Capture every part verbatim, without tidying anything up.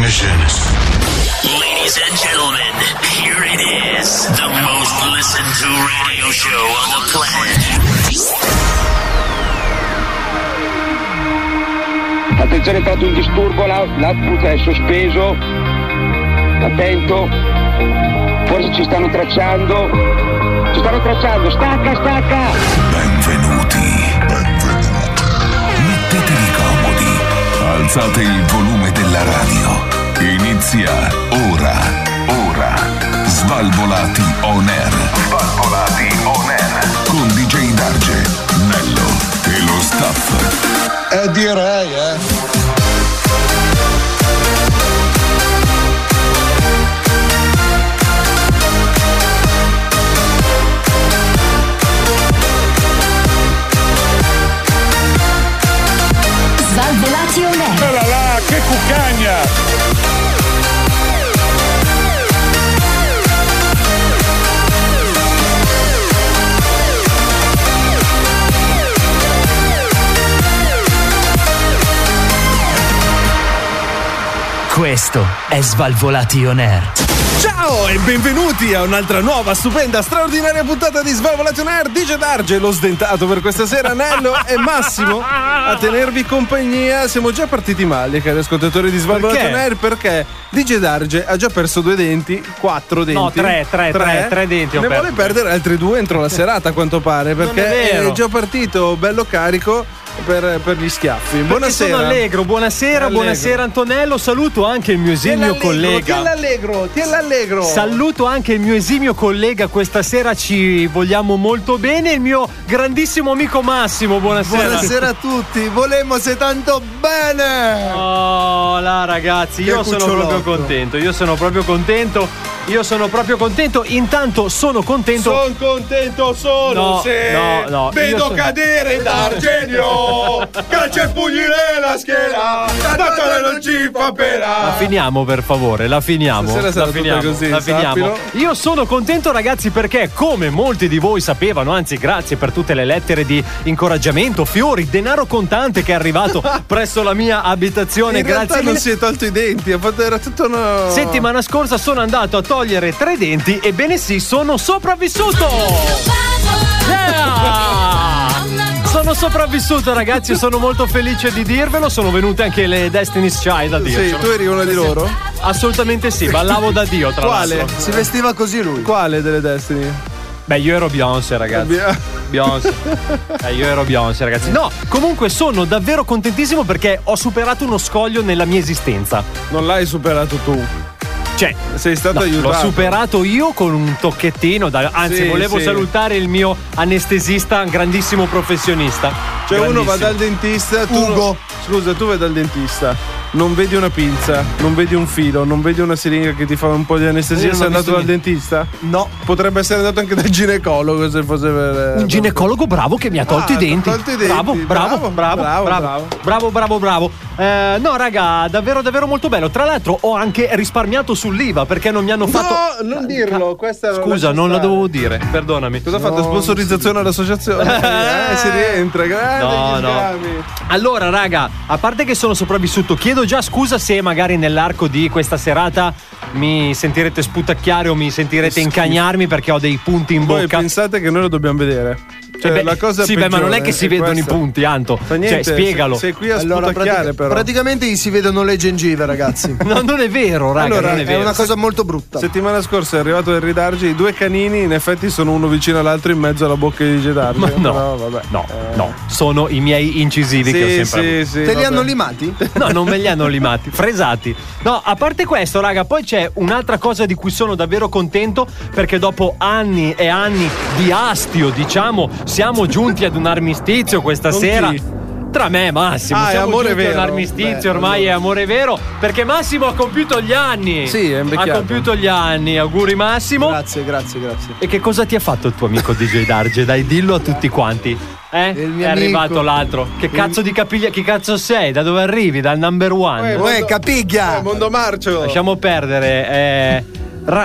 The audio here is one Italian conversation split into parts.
ignition. Ladies and gentlemen, here it is, the most listened to radio show on the planet. Attenzione, è stato un disturbo, l'output è sospeso. Attento, forse ci stanno tracciando. Ci stanno tracciando, stacca, stacca! Benvenuti. Benvenuti. Mettetevi comodi. Alzate il volume della radio. Inizia ora, ora. Svalvolati on air. Svalvolati on air. Con D J Darge, Nello e lo staff. Eh direi, eh. Svalvolati on air. Oh là là, che cuccagna! Questo è Svalvolati on air. Ciao e benvenuti a un'altra nuova, stupenda, straordinaria puntata di Svalvolati on air. D J Darge, lo sdentato per questa sera, Nello e Massimo a tenervi compagnia. Siamo già partiti male, cari ascoltatori di Svalvolati on air, perché D J Darge ha già perso due denti, quattro denti. No, tre, tre, tre, tre, tre denti ho Ne perso. vuole perdere altri due entro la serata, a quanto pare, perché Non è vero. è già partito bello carico per, per gli schiaffi. Perché Buonasera. sono allegro, buonasera, Allegro. buonasera Antonello, saluto anche il mio esimio collega. Ti l'allegro, ti l'allegro. Saluto anche il mio esimio collega, questa sera ci vogliamo molto bene, il mio grandissimo amico Massimo, buonasera. Buonasera a tutti, volemo se tanto bene. Oh, là ragazzi, io Che sono cucciolotto. proprio contento, io sono proprio contento, io sono proprio contento, intanto sono contento. Sono contento solo No, se no, no, io vedo sono- cadere D'Argenio, calcia e pugni nella schiena, Natale non ci fa La pena. finiamo per favore, la finiamo. Stasera sarà la tutta finiamo, così, la finiamo. sappilo. Io sono contento ragazzi perché come molti di voi sapevano, anzi grazie per tutte le lettere di incoraggiamento, fiori, denaro contante che è arrivato presso la mia abitazione, In realtà grazie non mille. si è tolto i denti, ha fatto, era tutto una... Settimana scorsa sono andato a togliere tre denti, ebbene sì, sono sopravvissuto! Yeah! Sono sopravvissuto ragazzi, sono molto felice di dirvelo, sono venute anche le Destiny's Child a Sì, dircelo. tu eri una di loro? Assolutamente sì, ballavo da Dio tra Quale? l'altro. Si vestiva così lui. Quale delle Destiny? Beh, io ero Beyoncé, ragazzi. Beyoncé. Eh, io ero Beyoncé, ragazzi. No, comunque sono davvero contentissimo perché ho superato uno scoglio nella mia esistenza. Non l'hai superato tu. Cioè, Sei stato no, aiutato. l'ho superato io con un tocchettino. da- Anzi, Sì, volevo sì. salutare il mio anestesista, un grandissimo professionista. Cioè uno va Grandissimo. dal dentista, tu Ugo. non- scusa, tu vai dal dentista, non vedi una pinza, non vedi un filo, non vedi una siringa che ti fa un po' di anestesia. Io non Sei ho andato visto dal dentista? No. Potrebbe essere andato anche dal ginecologo se fosse per... Un ginecologo bravo che mi ha tolto Ah, i denti. ha tolto i denti. Bravo, bravo, Bravo, bravo, bravo, bravo, bravo, bravo, bravo, bravo. Eh, no, raga, davvero, davvero molto bello. Tra l'altro, ho anche risparmiato sull'I V A perché non mi hanno fatto. No, non dirlo, questa era- Scusa, lascia non la stare. dovevo dire, perdonami. Cosa ha fatto? Sponsorizzazione all'associazione? eh, si rientra, grande No, gli no. sgami. Allora, raga, a parte che sono sopravvissuto, chiedo già scusa se magari nell'arco di questa serata mi sentirete sputacchiare o mi sentirete incagnarmi perché ho dei punti in Voi bocca. pensate che noi lo dobbiamo vedere? Cioè, Eh beh, la cosa sì, beh, ma non è che si peggiore vedono questa. i punti, Anto. Fa niente, Cioè, spiegalo. Sei, sei qui a Allora, sputacchiare, pratica- però. praticamente gli si vedono le gengive, ragazzi. No, non è vero, raga, Allora, non è È vero. una cosa molto brutta. Settimana scorsa è arrivato Henry Darge, i due canini in effetti sono uno vicino all'altro in mezzo alla bocca di D J Darge. Ma no, Però, vabbè. no, Eh. no, sono i miei incisivi che ho Sì, sempre sì, avuto. sì. Te li vabbè. hanno limati? No, non me li hanno limati, fresati. No, a parte questo, raga, poi c'è un'altra cosa di cui sono davvero contento perché dopo anni e anni di astio, diciamo, siamo giunti ad un armistizio questa Con sera. chi? Tra me e Massimo, Ah, è siamo amore giunti ad un vero. armistizio, Beh, ormai allora. è amore vero, perché Massimo ha compiuto gli anni. Sì, è Ha invecchiato. compiuto gli anni, auguri Massimo. Grazie, grazie, grazie. E che cosa ti ha fatto il tuo amico D J Darge? Dai, dillo a tutti quanti. Eh? Il mio è amico. arrivato l'altro. Che cazzo di capiglia? Chi cazzo sei? Da dove arrivi? Dal number one? Eh, Uè, mondo- capiglia! eh, mondo marcio. Lasciamo perdere. Eh, ra-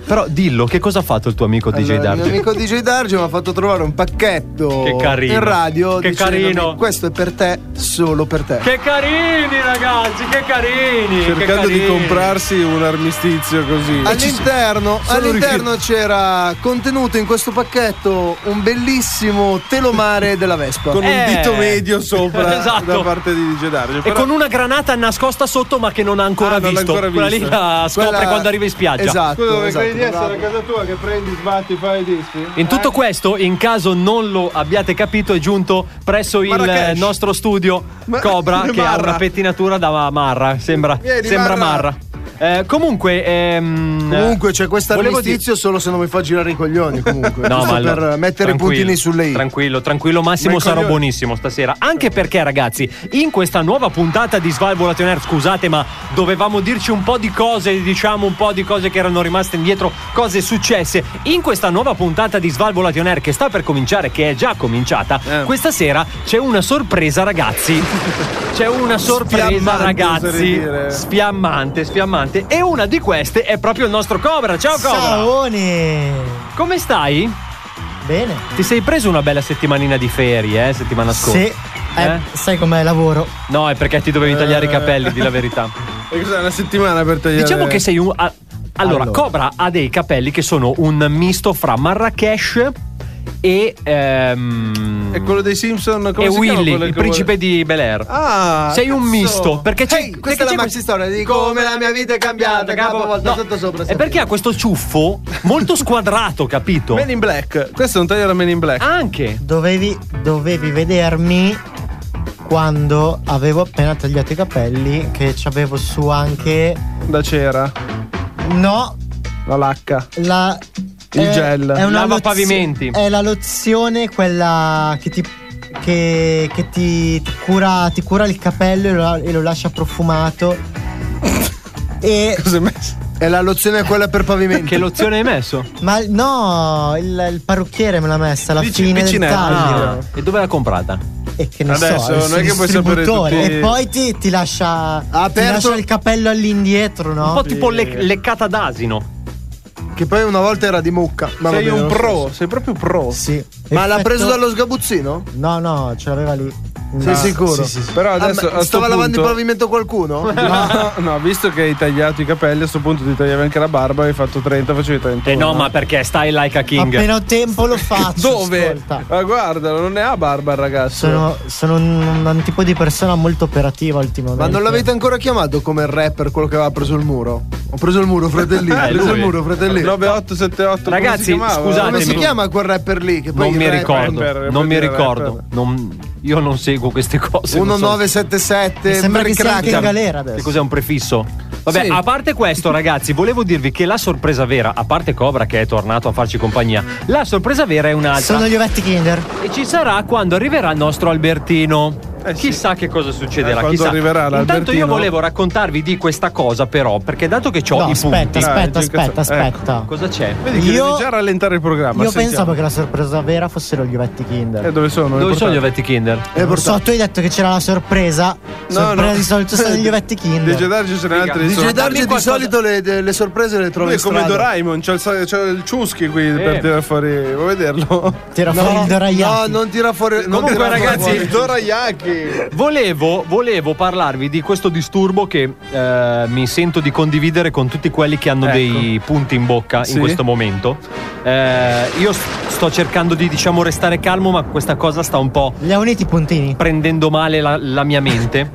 Però dillo, che cosa ha fatto il tuo amico allora, D J Darge? Il mio amico D J Darge mi ha fatto trovare un pacchetto Che carino. in radio. Che carino. Questo è per te, solo per te. Che carini, ragazzi, che carini. Cercando che carini. di comprarsi un armistizio così. All'interno, all'interno c'era contenuto in questo pacchetto un bellissimo telomare della Vespa. Con Eh. un dito medio sopra Esatto. da parte di D J Darge. E Però- con una granata nascosta sotto, ma che non ha ancora Ah, non l'ha visto. ancora Quella vista. lì la scopre Quella- quando arriva in spiaggia. Esatto. Scusa, dove esatto, credi di essere bravo. a casa tua che prendi, sbatti, fai i dischi? In tutto questo, in caso non lo abbiate capito, è giunto presso il Marrakesh. nostro studio Ma- Cobra, che ha Marra. una pettinatura da Marra. Sembra, Vieni, sembra Marra. Marra. Eh, comunque, ehm, Comunque c'è questo volevo armistizio solo se non mi fa girare i coglioni. Comunque, No, giusto ma per allora, mettere i tranquillo, puntini sulle i. Tranquillo, tranquillo, Massimo, Ma i sarò coglioni- buonissimo stasera. Anche perché, ragazzi, in questa nuova puntata di Svalvolation Air, scusate, ma dovevamo dirci un po' di cose, diciamo un po' di cose che erano rimaste indietro, cose successe. In questa nuova puntata di Svalvolation Air, che sta per cominciare, che è già cominciata, Eh. questa sera c'è una sorpresa, ragazzi. C'è una sorpresa, Sfiammante, ragazzi. oserei dire. Sfiammante, sfiammante. E una di queste è proprio il nostro Cobra. Ciao, Cobra. Ciaone! Come stai? Bene. Ti sei preso una bella settimanina di ferie, eh, settimana scorsa? Sì. Eh, Eh? Sai com'è lavoro? No, è perché ti dovevi tagliare i capelli, di la verità. E cos'è, una settimana per tagliare? Diciamo che sei un. ah, allora, Allora. Cobra ha dei capelli che sono un misto fra Marrakesh e. Ehm, È quello dei Simpson, come e si chiama Willy, quello il che principe vuole- di Bel Air. Ah, Sei un cazzo. misto. Perché c'è. Ehi, questa perché è la c'è maxi storia di come la mia vita è cambiata, capovolta No, sotto sopra. è perché ha questo ciuffo molto squadrato, capito? Men in Black. Questo è un taglio da Men in Black. Anche. Dovevi, dovevi vedermi quando avevo appena tagliato i capelli, che c'avevo su anche. Da cera. No, La lacca. la. Il è- gel. È una Lava lozio- pavimenti. È la lozione quella che ti. Che, che ti, ti cura, ti cura il capello e lo, e lo lascia profumato. E. Cosa hai messo? È la lozione quella per pavimenti. Che lozione hai messo? Ma no, il, il parrucchiere me l'ha messa alla Vici- fine del vicinetto. taglio. Ah, e dove l'ha comprata? E che ne Adesso, so, il non è che puoi sapere distributore. tutti- E poi ti, ti lascia ti aperto- lascia il capello all'indietro, no? Un po' tipo le- leccata d'asino. Che poi una volta era di mucca. Ma Sei va bene un lo pro, stesso. sei proprio pro. Sì. Ma l'ha Effetto- preso dallo sgabuzzino? No, no, ce l'aveva lì. Sei No, sicuro? Sì, sì, sì. Però adesso Ah, ma a sto stava lavando punto- il pavimento qualcuno? No, no, visto che hai tagliato i capelli, a sto punto ti tagliavi anche la barba, hai fatto trenta, facevi trentuno. Eh no, ma perché stai like a king? Appena ho tempo lo faccio. Dove? ascolta. Ma guardalo, non ne ha barba il ragazzo. Sono, sono un, un tipo di persona molto operativa ultimamente. Ma non l'avete ancora chiamato come il rapper, quello che aveva preso il muro? Ho preso il muro, fratelli. Ho Eh, preso lui. il muro, fratelli. nove otto sette otto. Ragazzi, come si chiamava? scusate, Come si Fatemi- chiama quel rapper lì? Che poi Non mi il rapper- ricordo, rapper, non mi rapper. ricordo. Non- io non seguo queste cose. non so. nove sette sette. Mi sembra che sia anche in Cracker. galera Che adesso. cos'è un prefisso? Vabbè, Sì. a parte questo, ragazzi, volevo dirvi che la sorpresa vera, a parte Cobra che è tornato a farci compagnia, la sorpresa vera è un'altra. Sono gli ovetti Kinder. E ci sarà quando arriverà il nostro Albertino. Eh sì. Chissà che cosa succederà. Eh, quando chissà. arriverà Intanto l'Albertino- io volevo raccontarvi di questa cosa, però, perché dato che ho No, i aspetta, punti. aspetta, Ah, aspetta, ecco. aspetta. Cosa c'è? Vedi che Io- devi già rallentare il programma. Io sentiamo. pensavo che la sorpresa vera fossero gli ovetti Kinder. E dove sono? Dove Li sono gli portate? ovetti Kinder? Eh, Non so, tu hai detto che c'era la sorpresa. No, sorpresa no. di solito stanno gli ovetti D J Kinder. Darge ce n'è Figa. altri. D J D J sono- Darge di qualcosa- solito le, le- le sorprese le trovi Lui è in come strada. Doraemon, c'ha il, sa- c'ha il ciuschi qui Eh. per tirare fuori. Vuoi vederlo? Tira No, fuori il no, doraiaki. non tira fuori. non Comunque, tira fuori ragazzi, fuori. Il Dorayaki. Volevo, volevo parlarvi di questo disturbo che eh, mi sento di condividere con tutti quelli che hanno Ecco. dei punti in bocca Sì. in questo momento. Eh, io s- sto cercando di, diciamo, restare calmo, ma questa cosa sta un po' Li ha uniti i puntini. prendendo male la, la mia mente.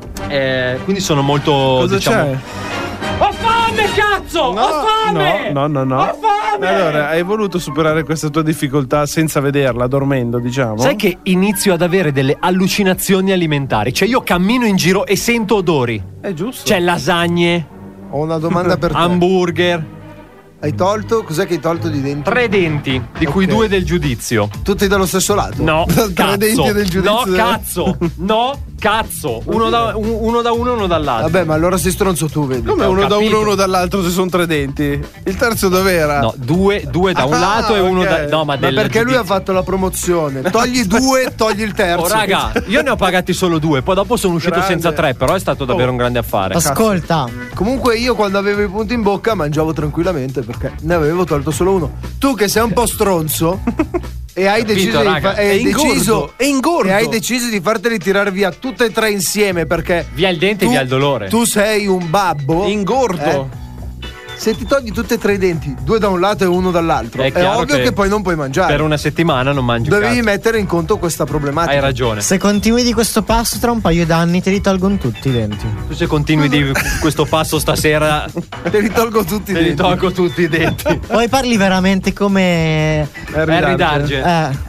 Eh, quindi sono molto. Cosa diciamo, c'è? Ho fame, cazzo! Ho fame! no, no, no, no. Ho fame! Allora, hai voluto superare questa tua difficoltà senza vederla, dormendo, diciamo? Sai che inizio ad avere delle allucinazioni alimentari? Cioè, io cammino in giro e sento odori. È giusto. C'è lasagne, Ho una domanda per te. hamburger, Hai tolto? Cos'è che hai tolto di dentro? tre denti, di cui Ok. due del giudizio. Tutti dallo stesso lato? No, Tre cazzo. denti del giudizio. No, cazzo. No, Cazzo, uno da, un, uno da uno e uno dall'altro. Vabbè, ma allora sei stronzo tu, vedi. Come Ho uno da capito. uno e uno dall'altro se sono tre denti? Il terzo dov'era? No, due, due da un Ah, lato e uno ok. da. No, ma, Ma del perché lui ha giudizio. fatto la promozione. Togli due, togli il terzo. Oh, raga, io ne ho pagati solo due, poi dopo sono uscito Grande. senza tre, però è stato davvero Oh. un grande affare. Ascolta, Comunque io quando avevo i punti in bocca mangiavo tranquillamente perché ne avevo tolto solo uno. Tu che sei un po' stronzo e hai Capito, deciso, di, raga? fa- hai È ingordo, deciso è ingordo. e hai deciso di farteli tirare via tutte e tre insieme perché Via il dente e tu- via il dolore. Tu sei un babbo. Ingordo. Eh? Se ti togli tutte e tre i denti, due da un lato e uno dall'altro, È è, chiaro ovvio che che, poi non puoi mangiare. Per una settimana non mangi un Dovevi cazzo. mettere in conto questa problematica. Hai ragione. se continui di questo passo tra un paio d'anni te li tolgono tutti i denti. Tu se continui di questo passo stasera Te li tolgo tutti i te li denti. tolgo tutti i denti. Poi parli veramente come Harry Darge. eh,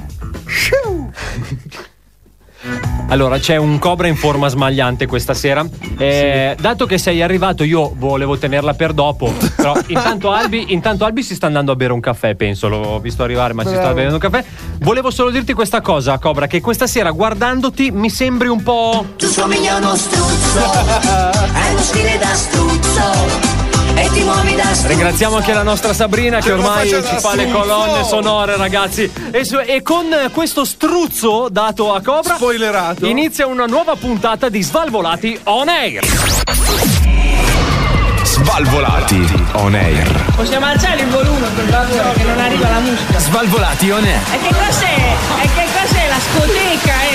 Allora, c'è un cobra in forma smagliante questa sera. Eh, Dato che sei arrivato, io volevo tenerla per dopo. Però intanto Albi, intanto Albi si sta andando a bere un caffè, penso. L'ho visto arrivare, ma si sta Bravo. bevendo un caffè. Volevo solo dirti questa cosa, Cobra, che questa sera guardandoti mi sembri un po'. Tu somigli a uno struzzo, hai uno stile da struzzo e ti muovi da struzzo. Ringraziamo anche la nostra Sabrina che Ce lo ormai faccia ci da fa le struzzo. colonne sonore, ragazzi. E, su- e con questo struzzo dato a Cobra Spoilerato. inizia una nuova puntata di Svalvolati On Air. Svalvolati on air. Possiamo alzare il volume per favore che non arriva la musica. Svalvolati on air. E che cos'è? E che cos'è la scoteca, eh?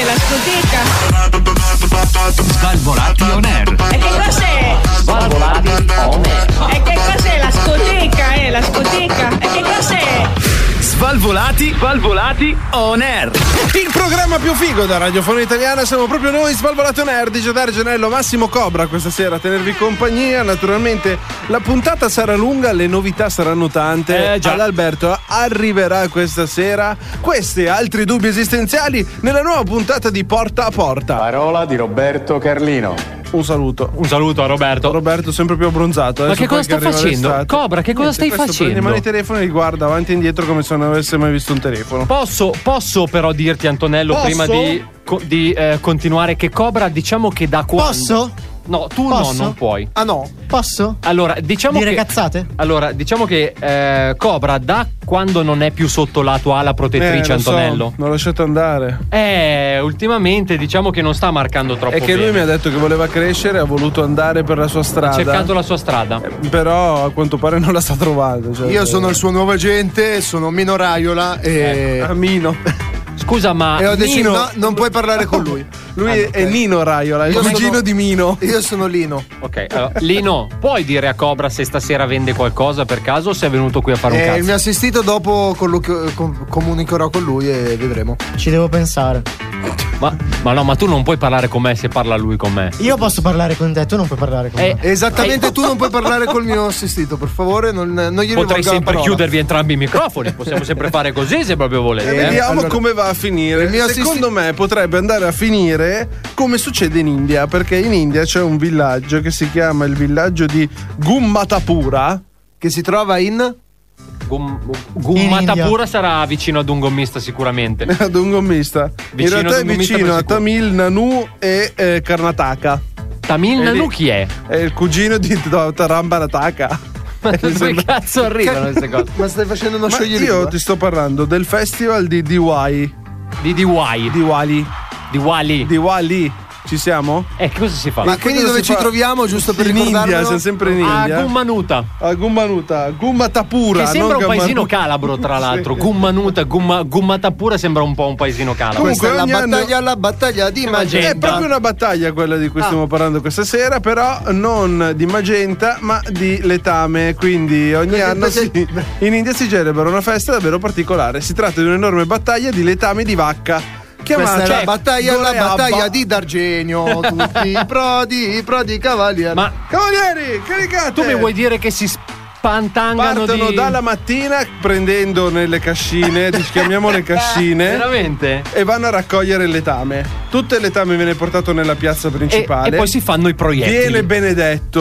La scoteca? Svalvolati on air. E che cos'è? Svalvolati On Air. E che cos'è la scoteca, eh? La scoteca? E che cos'è? Svalvolati. Svalvolati on air. Il programma più figo da radiofonia italiana siamo proprio noi, Svalvolato Nerd, D J Dargenello, Massimo Cobra questa sera a tenervi compagnia. Naturalmente la puntata sarà lunga, le novità saranno tante. Eh, già. Adalberto arriverà questa sera. Questi e altri dubbi esistenziali nella nuova puntata di Porta a Porta. Parola di Roberto Carlino. Un saluto. Un saluto a Roberto. Roberto sempre più abbronzato. Ma adesso che cosa poi sta arriva facendo? l'estate. Cobra, che cosa Niente, stai questo facendo? Prende in mano i telefoni e li guarda avanti e indietro come se non avesse mai visto un telefono. Posso, posso però dirti, Antonello, Posso? prima di, co- di eh, continuare, che Cobra, diciamo che da quando. Posso? No, tu Posso? no, non puoi. Ah no? Posso? Allora, diciamo Dire che. cazzate? Allora, diciamo che eh, Cobra, da quando non è più sotto la tua ala protettrice, Eh, lo so, Antonello. non ho lasciato andare. Eh, ultimamente diciamo che non sta marcando troppo È che lui bene. mi ha detto che voleva crescere, ha voluto andare per la sua strada. Ha cercato la sua strada. Però a quanto pare non la sta trovando. Cioè, Io sono il suo nuovo agente, sono Mino Raiola e. Amino. Scusa, ma E ho deciso, Nino- no, non puoi parlare con lui. Lui Ah, è- ok. è Nino Raiola, il Io cugino sono- di Mino. Io sono Lino. Ok, allora, Lino, puoi dire a Cobra se stasera vende qualcosa per caso o se è venuto qui a fare un E cazzo? il mio assistito dopo colloquio- com- comunicherò con lui e vedremo. Ci devo pensare. Ma, ma no, ma tu non puoi parlare con me se parla lui con me. Io posso parlare con te, tu non puoi parlare con Eh, me. Esattamente, eh, tu non puoi parlare col mio assistito, per favore, non, non gli rivolga Potrei la sempre parola. chiudervi entrambi i microfoni. Possiamo sempre fare così se proprio E volete. eh. vediamo allora- come va a finire. Il mio Secondo me potrebbe andare a finire come succede in India, perché in India c'è un villaggio che si chiama il villaggio di Gummatapura. Che si trova in. Gum, In Gummatapura India. sarà vicino ad un gommista sicuramente. Ad un gommista. Vicino in realtà ad è un gommista vicino per a sicuro. Tamil Nadu e eh, Karnataka. Tamil E Nadu lì- chi è? È il cugino di Tarambarataka. Ma dove cazzo arrivano queste cose? Ma stai facendo uno Ma scioglilingua? io ti sto parlando del festival di Diwali. Di Diwali. Diwali. Diwali. Diwali. Ci siamo? Eh, che cosa si fa? Ma quindi Cosa dove si ci fa? troviamo, giusto per In India, ricordarlo? siamo sempre in A India. Gummanuta. A Gummanuta, Gummatapura. Che sembra non un paesino Gammanuta. calabro, tra l'altro. Sì. Gummanuta, Gumma, Gummatapura sembra un po' un paesino calabro. Comunque, Questa è la ogni anno- battaglia, la battaglia di Magenta. È proprio una battaglia quella di cui Ah. stiamo parlando questa sera, però non di magenta, ma di letame. Quindi ogni Perché- anno perché- si- in India si celebra una festa davvero particolare. Si tratta di un'enorme battaglia di letame di vacca. Chiamata Questa è la battaglia, la Goreabba. battaglia di D'Argenio. Tutti i prodi, i prodi cavalieri. Ma Cavalieri, caricate! tu mi vuoi dire che si spantangano Partono di... dalla mattina prendendo nelle cascine, ci chiamiamole cascine, Veramente? e vanno a raccogliere il letame. Tutto il letame viene portato nella piazza E, principale. e poi si fanno i proiettili. Viene benedetto.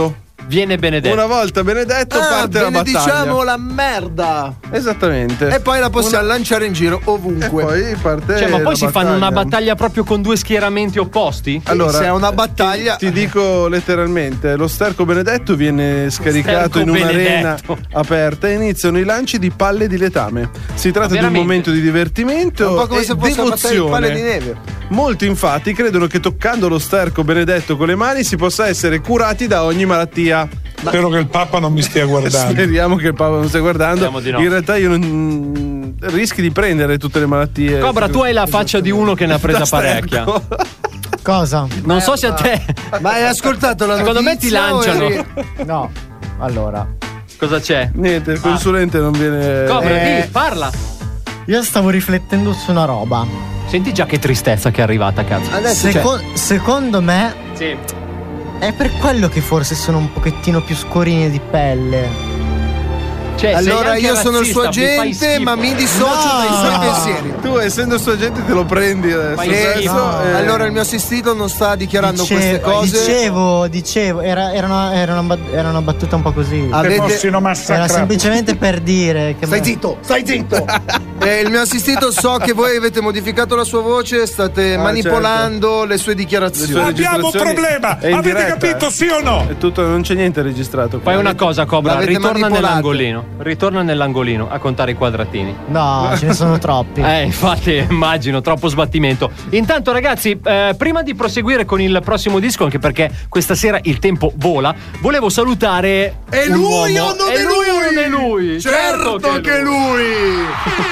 viene benedetto. Una volta benedetto Ah, parte la battaglia. benediciamo la merda. Esattamente. E poi la possiamo Una- lanciare in giro ovunque. E poi parte Cioè, ma poi la si fanno una battaglia proprio con due schieramenti opposti? Allora, se è una battaglia. Ti dico letteralmente, lo sterco benedetto viene scaricato Sterco in un'arena benedetto. aperta e iniziano i lanci di palle di letame. Si tratta di un veramente? momento di È divertimento un po' come e se fosse una battaglia di palle di devozione. neve. Molti infatti credono che toccando lo sterco benedetto con le mani si possa essere curati da ogni malattia. Spero che il Papa non mi stia guardando. Speriamo che il Papa non stia guardando. Speriamo di no. In realtà io non rischi di prendere tutte le malattie. Cobra, tu hai la faccia di uno che ne ha presa Da parecchia. sterco. Cosa? Non so se a te. Ma hai ascoltato la Secondo me ti notizia o lanciano. eri- No. Allora. Cosa c'è? Niente, il consulente non viene. Cobra, Eh. di, parla. Io stavo riflettendo su una roba. Senti già che tristezza che è arrivata, cazzo. Adesso c'è. Seco- secondo me Sì. è per quello che forse sono un pochettino più scorini di pelle. Cioè, sei Allora anche io sono il suo razzista, mi fai agente, schifo. ma mi dissocio No. dai suoi pensieri. Tu, essendo suo agente, te lo prendi adesso. Fai Adesso, schifo. No. eh, Allora il mio assistito non sta dichiarando Dicevo- queste cose. Dicevo, dicevo, era, era, una, era, una, bat- era una battuta un po' così. Ah, Che Avete- fossero Era massacrati. semplicemente per dire che Stai me- zitto, stai zitto. Eh, il mio assistito so che voi avete modificato la sua voce, state Ah, manipolando le sue Le dichiarazioni. sue Abbiamo un registrazioni problema. è in Avete diretta, capito, eh. sì o no? È tutto, non c'è niente registrato. Fai una cosa, Cobra, L'avete ritorna manipolato. nell'angolino. Ritorna nell'angolino a contare i quadratini. No, ce ne sono troppi. Eh, infatti, immagino, troppo sbattimento. Intanto, ragazzi, eh, prima di proseguire con il prossimo disco, anche perché questa sera il tempo vola, volevo salutare. È un lui uomo. o non è è lui o lui? non è lui? Certo, che è lui.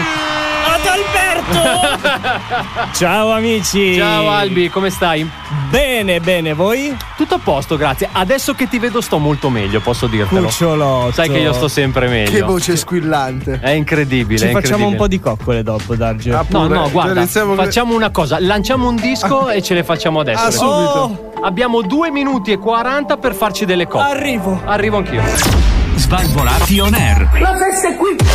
Ciao amici. Ciao Albi, come stai? Bene, bene, voi? Tutto a posto, grazie. Adesso che ti vedo sto molto meglio, posso dirtelo. Cucciolotto. Sai che io sto sempre meglio. Che voce squillante. È incredibile. Ci è facciamo un incredibile. po' di coccole dopo, Darge. Ah, No, pure. no, Cioè, guarda, iniziamo che- facciamo una cosa, lanciamo un disco e ce le facciamo adesso. Ah, adesso. subito. Abbiamo due minuti e quaranta per farci delle cose. Arrivo. Arrivo anch'io. Svalvolati on air. La festa è qui,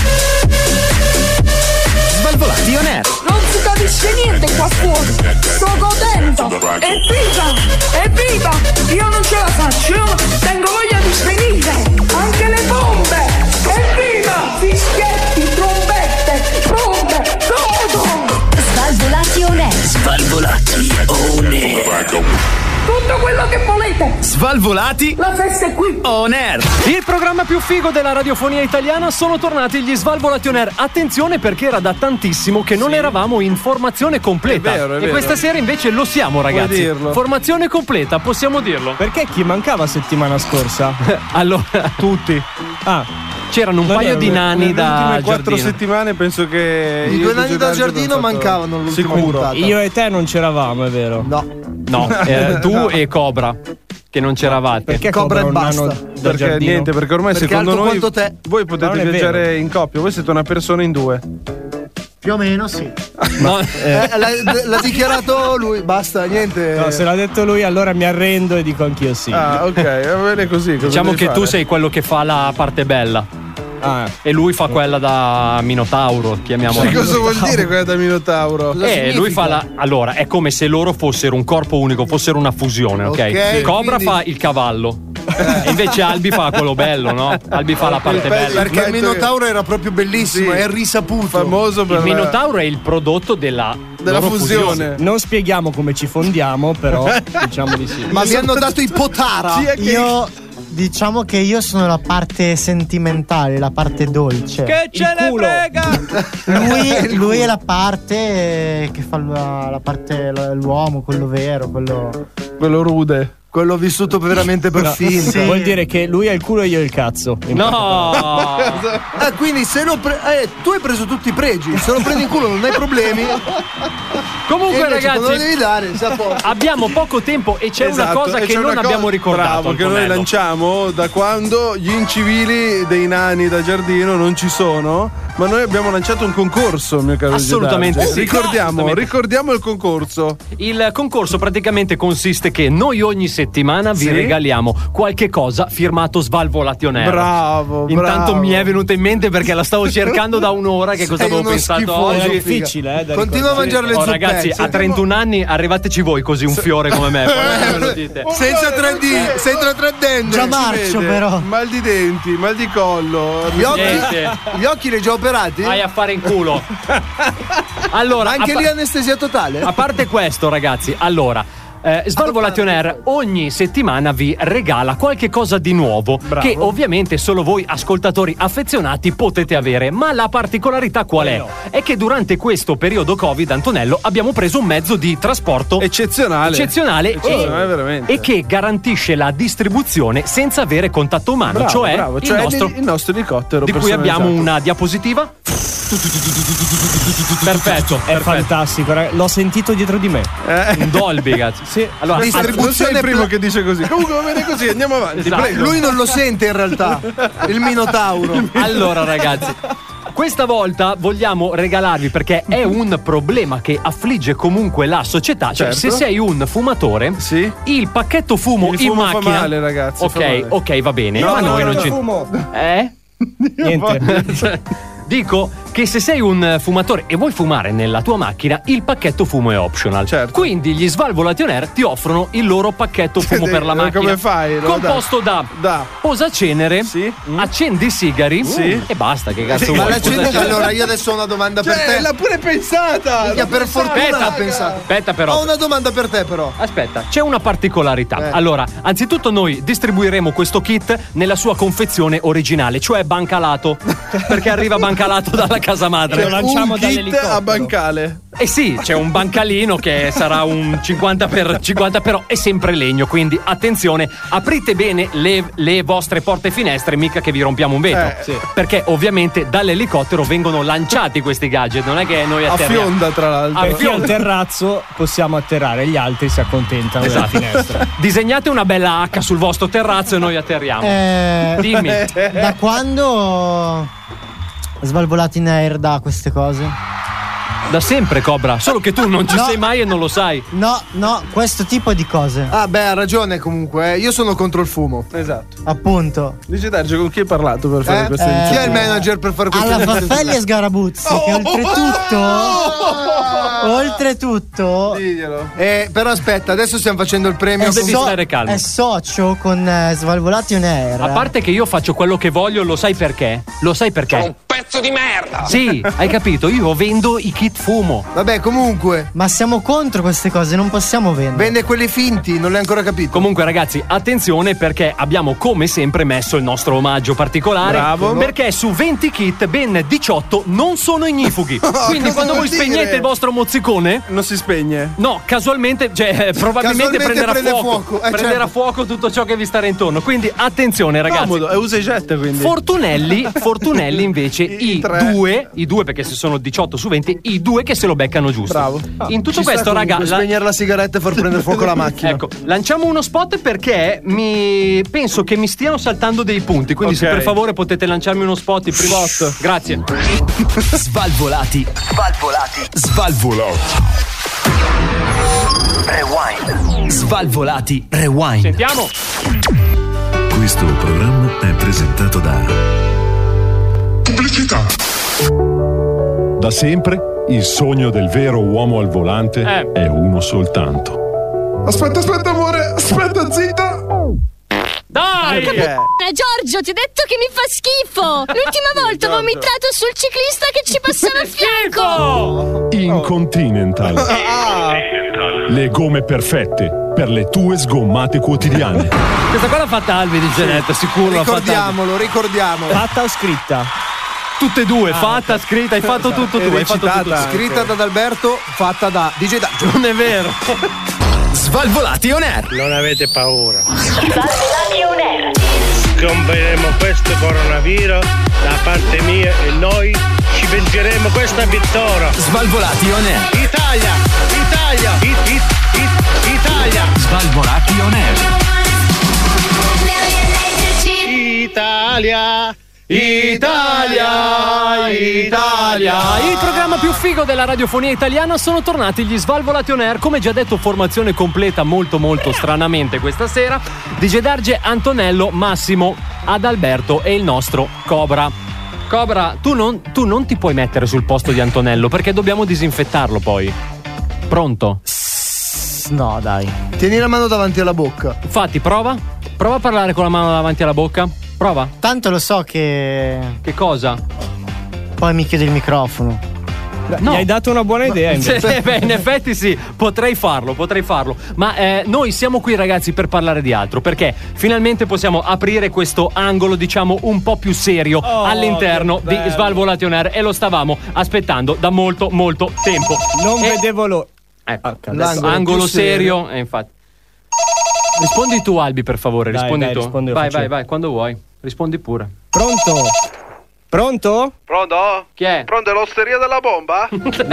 Svalvolati on air. non si capisce niente qua fuori. Sto godendo. Evviva, evviva. Io non ce la faccio, io tengo voglia di svenire. Anche le bombe. Evviva, fischietti, trombette, bombe, todo. Svalvolati on air. Svalvolati on air. Tutto quello che volete. Svalvolati La festa è qui. on air. Il programma più figo della radiofonia italiana, sono tornati gli Svalvolati on air. Attenzione, perché era da tantissimo che non eravamo in formazione completa. È vero, è e vero. questa sera invece lo siamo, ragazzi. dirlo. Formazione completa, possiamo dirlo. Perché chi mancava settimana scorsa? Allora, Tutti. Ah, c'erano un Non paio ero- di nani Nelle da ultime quattro giardino. settimane penso che I io due e nani Gio da Darge giardino abbiamo fatto- mancavano l'ultima Sicuro. puntata. io e te non c'eravamo, è vero? No. No, eh, tu e Cobra, che non c'eravate. Perché Cobra Cobra e è un nano basta. da Perché giardino? niente, perché ormai Perché secondo alto noi quanto te. voi Ma potete non è viaggiare vero. in coppia, voi siete una persona in due. Più o meno sì. No, Eh, l'ha, l'ha dichiarato lui, basta, niente. No, se l'ha detto lui, allora mi arrendo e dico anch'io sì. Ah, ok, va bene così. cosa diciamo devi che tu fare? sei quello che fa la parte bella. Ah, E lui fa quella da Minotauro, chiamiamola. Che cosa vuol dire quella da Minotauro? Cosa Eh, significa? lui fa la. Allora, è come se loro fossero un corpo unico, fossero una fusione, ok? Ok, Cobra quindi- fa il cavallo. E invece Albi fa quello bello, no? Albi fa la parte Il pe- bella. Perché il Detto Minotauro era proprio bellissimo, Sì. è risaputo. Famoso per Il la- Minotauro è il prodotto della, della loro fusione. non spieghiamo come ci fondiamo, però diciamo di sì. Ma mi hanno dato i Potara. Chi è che- Io diciamo che io sono la parte sentimentale, la parte dolce. Che ce ne culo. frega! Lui, lui è la parte che fa la, la parte l'uomo, quello vero, quello. Quello rude. Quello vissuto veramente per finta. Sì. Vuol dire che lui ha il culo e io il cazzo. No! Ah, quindi se lo pre- eh, tu hai preso tutti i pregi, se lo prendi in culo non hai problemi. Comunque, E invece quando lo ragazzi, devi dare, sei a posto. abbiamo poco tempo e c'è una Esatto, cosa e che c'è non una abbiamo cosa- ricordato. Bravo, che noi Antonello. lanciamo da quando gli incivili dei nani da giardino non ci sono. Ma noi abbiamo lanciato un concorso, mio caro Assolutamente Gedarge. sì. Ricordiamo, Assolutamente. ricordiamo il concorso. Il concorso praticamente consiste che noi ogni settimana vi Sì. regaliamo qualche cosa firmato Svalvolation Air. Bravo, Intanto bravo. mi è venuta in mente perché la stavo cercando da un'ora che cosa Sei avevo uno pensato schifoso, oggi. È difficile, eh, da Continua a ricordare. mangiare le Oh, zuppette. ragazzi, a trentuno anni arrivateci voi così un fiore come me. Poi non me lo dite. Senza tre D, senza tre denti. Già marcio Vede, però. Mal di denti, mal di collo. Gli occhi, Niente. gli occhi li hai già operati? Vai a fare in culo. Allora, Ma anche a pa- lì anestesia totale? A parte questo, ragazzi, allora. Eh, Svalvolation Air ogni settimana vi regala qualche cosa di nuovo Bravo. che ovviamente solo voi ascoltatori affezionati potete avere, ma la particolarità qual è? È che durante questo periodo Covid, Antonello, abbiamo preso un mezzo di trasporto Eccezionale. eccezionale, Eccezionale, e, veramente. e che garantisce la distribuzione senza avere contatto umano, Bravo, cioè, bravo. il, Cioè nostro, il, il nostro elicottero di cui abbiamo personalizzato. una diapositiva. Perfetto, È perfetto. fantastico, ragazzi. L'ho sentito dietro di me. Eh. Un Dolby, cazzo. Sì. Allora, Non sei Distribuzione il primo pla- che dice così. Comunque va bene così, andiamo avanti. Esatto. Prego. Lui non lo sente in realtà. Il Minotauro. Allora, ragazzi, questa volta vogliamo regalarvi, perché è un problema che affligge comunque la società. Cioè, Certo. se sei un fumatore, Sì. il pacchetto fumo Il in fumo fa macchina. male, ragazzi, Ok, fa male. ok, va bene. No, ma no, noi no, non no, ci. fumo. Eh? Niente. Dico che se sei un fumatore e vuoi fumare nella tua macchina, il pacchetto fumo è optional. Certo. Quindi gli Svalvolation Air ti offrono il loro pacchetto fumo per la Come macchina. fai? No, Composto da, Da. posacenere, Sì. accendi sigari Sì. e basta. Che cazzo Sì, vuoi? Ma la gente- Posacenere. allora io adesso ho una domanda per Cioè, te. l'ha pure pensata. Minchia, l'ha per pensata. fortuna Aspetta, l'ha pensato. aspetta però. Ho una domanda per te però. Aspetta, c'è una particolarità. Eh. Allora, anzitutto noi distribuiremo questo kit nella sua confezione originale, cioè bancalato, perché arriva bancalato dalla casa madre. Lo lanciamo Un kit dall'elicottero. a bancale. Eh sì, c'è un bancalino che sarà un cinquanta per cinquanta, però è sempre legno, quindi attenzione, aprite bene le, le vostre porte e finestre, mica che vi rompiamo un vetro. Eh, sì. Perché ovviamente dall'elicottero vengono lanciati questi gadget, non è che noi A atterriamo. fionda, tra l'altro. A Per chi è al fionda. terrazzo possiamo atterrare, gli altri si accontentano della Esatto. finestra. Disegnate una bella H sul vostro terrazzo e noi atterriamo. Eh, Dimmi. da quando Svalvolation Air da queste cose? Da sempre, Cobra, solo che tu non ci No. sei mai e non lo sai. No, no, questo tipo di cose. Ah, beh, ha ragione comunque. eh. Io sono contro il fumo. Esatto. Appunto. Dice Darge, con chi hai parlato per fare Eh? questa Chi è iniziativa? il manager per fare questa Alla iniziativa? Faffelli e Sgarabuzzi, che oltretutto oltretutto Diglielo. Eh, però aspetta, adesso stiamo facendo il premio. è, devi so- stare calmo. è socio con eh, Svalvolation Air. A parte che io faccio quello che voglio, lo sai perché? Lo sai perché? Un pezzo di merda! Sì, hai capito? Io vendo i kit fumo. Vabbè, comunque, Ma siamo contro queste cose, non possiamo vendere. vende quelli finti, non l'hai ancora capito. Comunque, ragazzi, attenzione perché abbiamo come sempre messo il nostro omaggio particolare. Bravo. Perché su venti kit, ben diciotto non sono ignifughi. Quindi, cosa quando vuol voi spegnete dire? il vostro mozzicone. Non si spegne. No, casualmente, cioè, eh, probabilmente Casualmente prenderà prende fuoco. fuoco, eh, prenderà certo. fuoco tutto ciò che vi starà intorno. Quindi, attenzione, ragazzi. Comodo, è usa e getta quindi. Fortunelli, Fortunelli invece I i, tre. due, i due perché se sono diciotto su venti, i due che se lo beccano giusto. Bravo. In tutto Ci sta questo, raga, comunque, la- spegnere la sigaretta e far prendere fuoco la macchina. ecco, lanciamo uno spot perché mi penso che mi stiano saltando dei punti, quindi se Ok. per favore potete lanciarmi uno spot il primo. Grazie. Svalvolati. Svalvolati. Svalvolati. Rewind. Svalvolati. Rewind. Sentiamo. Questo programma è presentato da Pubblicità. Da sempre il sogno del vero uomo al volante Eh. è uno soltanto. Aspetta, aspetta, amore, aspetta, zitta. Dai! Eh, Giorgio, ti ho detto che mi fa schifo. L'ultima volta ho vomitato sul ciclista che ci passava a fianco. In Continental. Le gomme perfette per le tue sgommate quotidiane. Questa qua l'ha fatta Alvi di Genetta, sicuro l'ha fatta Alvi. Ricordiamolo, ricordiamolo. Fatta o scritta? Tutte e due, fatta, scritta, hai fatto tutto tu, hai fatto tutto tu. Scritta da Adalberto, fatta da D J Darge. Non è vero. Svalvolati on air. Non avete paura. Svalvolati on air. Scomperemo questo coronavirus da parte mia e noi ci vengeremo questa vittoria. Svalvolati on air. Italia, Italia, it, it, it, Italia. Svalvolati on air. Italia, Italia, Italia. Il programma più figo della radiofonia italiana, sono tornati gli Svalvolati On Air. Come già detto, formazione completa molto molto stranamente questa sera. D J Darge, Antonello, Massimo, Adalberto e il nostro Cobra. Cobra, tu non, tu non ti puoi mettere sul posto di Antonello perché dobbiamo disinfettarlo poi. Pronto? No, dai. Tieni la mano davanti alla bocca. Infatti, prova. Prova a parlare con la mano davanti alla bocca. Prova. Tanto lo so che. Che cosa? Poi mi chiede il microfono. No. Mi hai dato una buona idea invece. Sì, beh, in effetti sì, potrei farlo, potrei farlo. Ma eh, noi siamo qui, ragazzi, per parlare di altro, perché finalmente possiamo aprire questo angolo, diciamo, un po' più serio oh, all'interno di Svalvolati On Air, e lo stavamo aspettando da molto, molto tempo. Non e... vedevo l'ora. Ecco, adesso, angolo serio, e infatti. Rispondi tu, Albi, per favore. Dai, rispondi dai, tu. rispondi, vai, faccio. vai, vai, quando vuoi. Rispondi pure. Pronto? Pronto? Pronto? Chi è? Pronto, è l'osteria della bomba?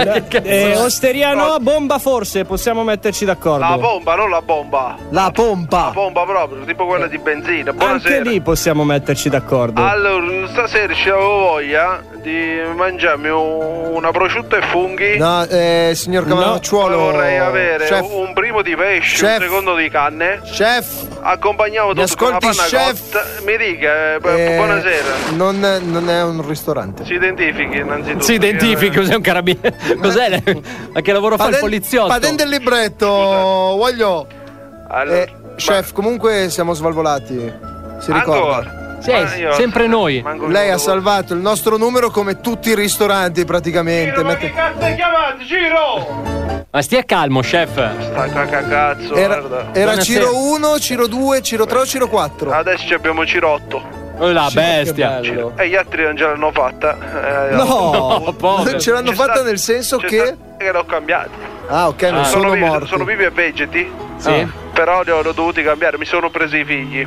eh, osteria no, bomba forse, possiamo metterci d'accordo. La bomba, non la bomba. La pompa. La bomba proprio, tipo quella di benzina. Buonasera. Anche lì possiamo metterci d'accordo. Allora, stasera ci avevo voglia di mangiarmi una prosciutto e funghi. No, eh, signor Cavalacciuolo. No, vorrei avere chef. un primo di pesce, Chef. un secondo di carne. Chef. Accompagnato Mi tutto con una ascolti, panna chef? cotta. Mi dica, eh, Eh, buonasera. Non, non è un ristorante. Si identifichi innanzitutto. Si identifichi, cos'è un carabiniere? Cos'è? A che lavoro fa il poliziotto? Patente il libretto, voglio. Allora, eh, chef, comunque siamo svalvolati. Si ricorda? Ancora? Sì, Ma io- sempre noi. manco Lei io ha lo- salvato il nostro numero come tutti i ristoranti praticamente. Ciro, ma Mette- che cazzo hai chiamato, Ciro? Ma stia calmo, chef. Sta cacazzo, Era, guarda. era Buonasera. Ciro uno, Ciro due, Ciro tre o Ciro quattro? Adesso ci abbiamo Cirotto. Oh, la Sì, bestia. che bello. E gli altri non ce l'hanno fatta. Eh, No, No, povero. Non ce l'hanno C'è fatta stato- nel senso c'è che. stato- che l'ho cambiati. Ah, ok, non Ah. sono, sono, vivi, morti. sono vivi e vegeti. Sì. Però li ho dovuti cambiare, mi sono presi i figli.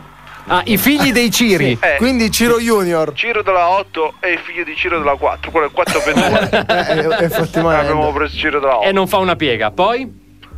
Ah, i figli dei Ciri. Eh, Quindi Ciro Junior. Ciro della otto e il figlio di Ciro della quattro. Quello è il quattro per due. Eh, effettivamente. Abbiamo preso Ciro della otto. E non fa una piega. Poi?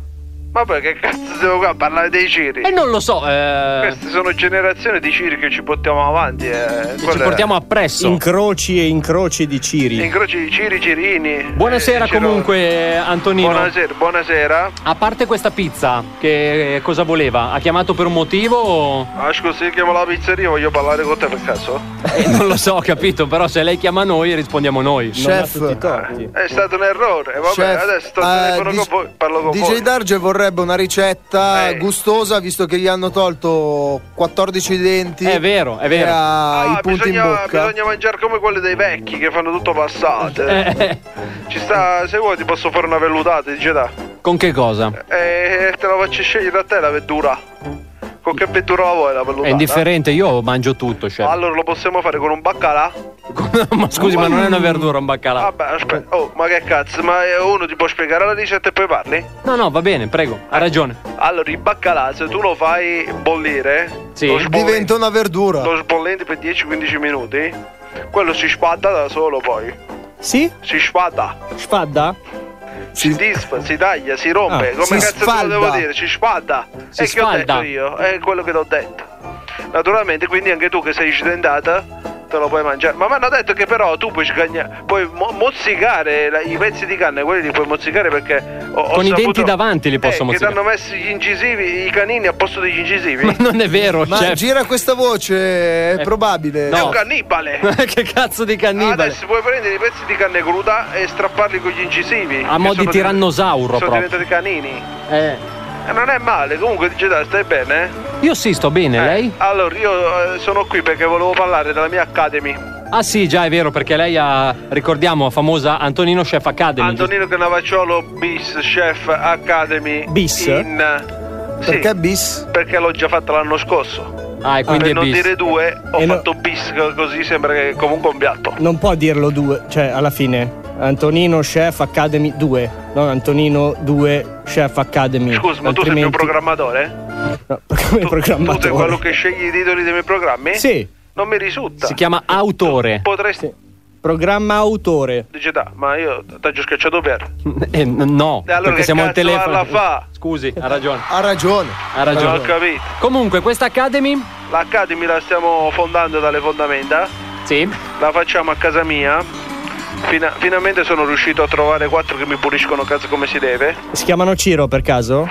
Ma poi che cazzo devo qua parlare dei Ciri? E non lo so. Eh... Queste sono generazioni di Ciri che ci portiamo avanti. Eh. Ci portiamo appresso. Incroci e incroci di Ciri. Incroci di Ciri, Cirini. Buonasera Eh, Ciro- comunque, Antonino. Buonasera, buonasera. A parte questa pizza, che cosa voleva? Ha chiamato per un motivo o... Ah, scusi, chiamo la pizzeria, voglio parlare con te per caso? Eh, non lo so, ho capito, però se lei chiama noi rispondiamo noi. Chef. Non ha tutti i torti. È stato un errore. Vabbè, Chef, adesso sto eh, al telefono D- con voi, parlo con D J voi. Darge vorrebbe una ricetta Eh. gustosa, visto che gli hanno tolto quattordici denti. È vero, è vero. E ha Ah, i punti bisogna, in bocca. bisogna mangiare come quelli dei vecchi che fanno tutto passate. Eh, Ci sta, se vuoi ti posso fare una vellutata, dice da. con che cosa? E te la faccio scegliere a te la verdura. Con che verdura la vuoi la vellutata? È indifferente, io mangio tutto, chef. Allora lo possiamo fare con un baccalà? Ma scusi, ma non è una verdura un baccalà. Vabbè, aspetta. Oh, ma che cazzo, ma uno ti può spiegare la ricetta e poi parli? No, no, va bene, prego, ha ragione. Allora, il baccalà, se tu lo fai bollire, Sì. lo sbolletti- Diventa una verdura. lo sbolletti per dieci quindici minuti, quello si spada da solo poi. Sì? Si spada. Spadda? Si disfa, si taglia, si rompe. Ah, Come si cazzo te lo sfalda. devo dire? Si spada. Si e che ho sfalda. detto io? È quello che ti ho detto. Naturalmente, quindi anche tu che sei incidentata te lo puoi mangiare. Ma mi hanno detto che però tu puoi sgagna- puoi mo- mozzicare la- i pezzi di carne, quelli li puoi mozzicare perché ho, ho Con i saputo- denti davanti li posso eh, mozzicare. Che ti hanno messo gli incisivi, i canini a posto degli incisivi. Ma non è vero, Ma chef. gira questa voce, è Eh, probabile. È no. un cannibale. Che cazzo di cannibale? Adesso puoi prendere i pezzi di carne cruda e strapparli con gli incisivi. A che mo' di sono tirannosauro Sono proprio. diventati canini. Eh. E non è male, comunque dice dai, stai bene? Io sì, sto bene, Eh, lei? Allora, io eh, sono qui perché volevo parlare della mia Academy. Ah sì, già è vero, perché lei ha, ricordiamo, famosa Antonino Chef Academy. Antonino Cannavacciolo Bis Chef Academy. Bis? In, sì, Perché bis? perché l'ho già fatta l'anno scorso. Ah, e quindi per è non bis. dire due, ho E no- fatto bis, co- così sembra che comunque un piatto. Non può dirlo due, cioè alla fine. Antonino Chef Academy due, no? Antonino due Chef Academy. Scusa, ma tu sei il mio Altrimenti- programmatore? No, come Tu, programmatore? tu sei quello che sceglie i titoli dei miei programmi? Sì. Non mi risulta. Si chiama autore. Potresti. Programma autore. Dice da, ma io ti ho schiacciato per. Eh, n- no, E allora perché che siamo al cazzo telefono. la fa? Scusi, ha ragione. Ha ragione. Ha Non ragione. ho capito. Comunque, questa Academy L'Academy la stiamo fondando dalle fondamenta Sì. La facciamo a casa mia. Fina- finalmente sono riuscito a trovare quattro che mi puliscono casa come si deve. Si chiamano Ciro per caso?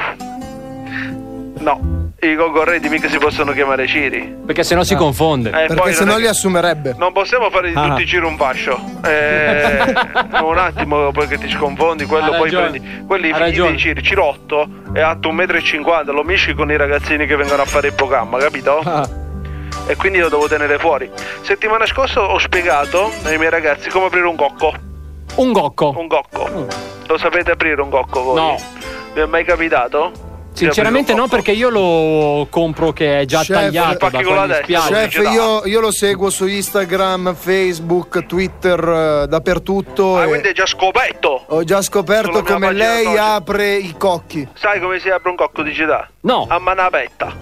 No. I concorrenti mica si possono chiamare Ciri. Perché sennò si Ah. confonde. Eh, Perché poi se non no è li che- assumerebbe. Non possiamo fare di Ah. tutti Ciro un fascio. Eh, un attimo poi che ti sconfondi, quello Ha poi ragione. prendi. Quelli Ha figli ragione. dei Ciri, Cirotto è alto un metro e cinquanta, lo misci con i ragazzini che vengono a fare il programma, capito? Ah. E quindi lo devo tenere fuori. Settimana scorsa ho spiegato ai miei ragazzi come aprire un cocco. Un gocco. Un cocco. Lo sapete aprire un cocco voi? No. Vi è mai capitato? Sinceramente Di no, aprire perché io lo compro che è già Chef, tagliato da spacchi con la quelli destra. spiaggi. Chef, io, io lo seguo su Instagram, Facebook, Twitter, eh, dappertutto. un cocco? Ah, e quindi hai già scoperto? ho già scoperto Sulla mia come pagina lei social. apre i cocchi. Sai come si apre un cocco di città? No. A manapetta.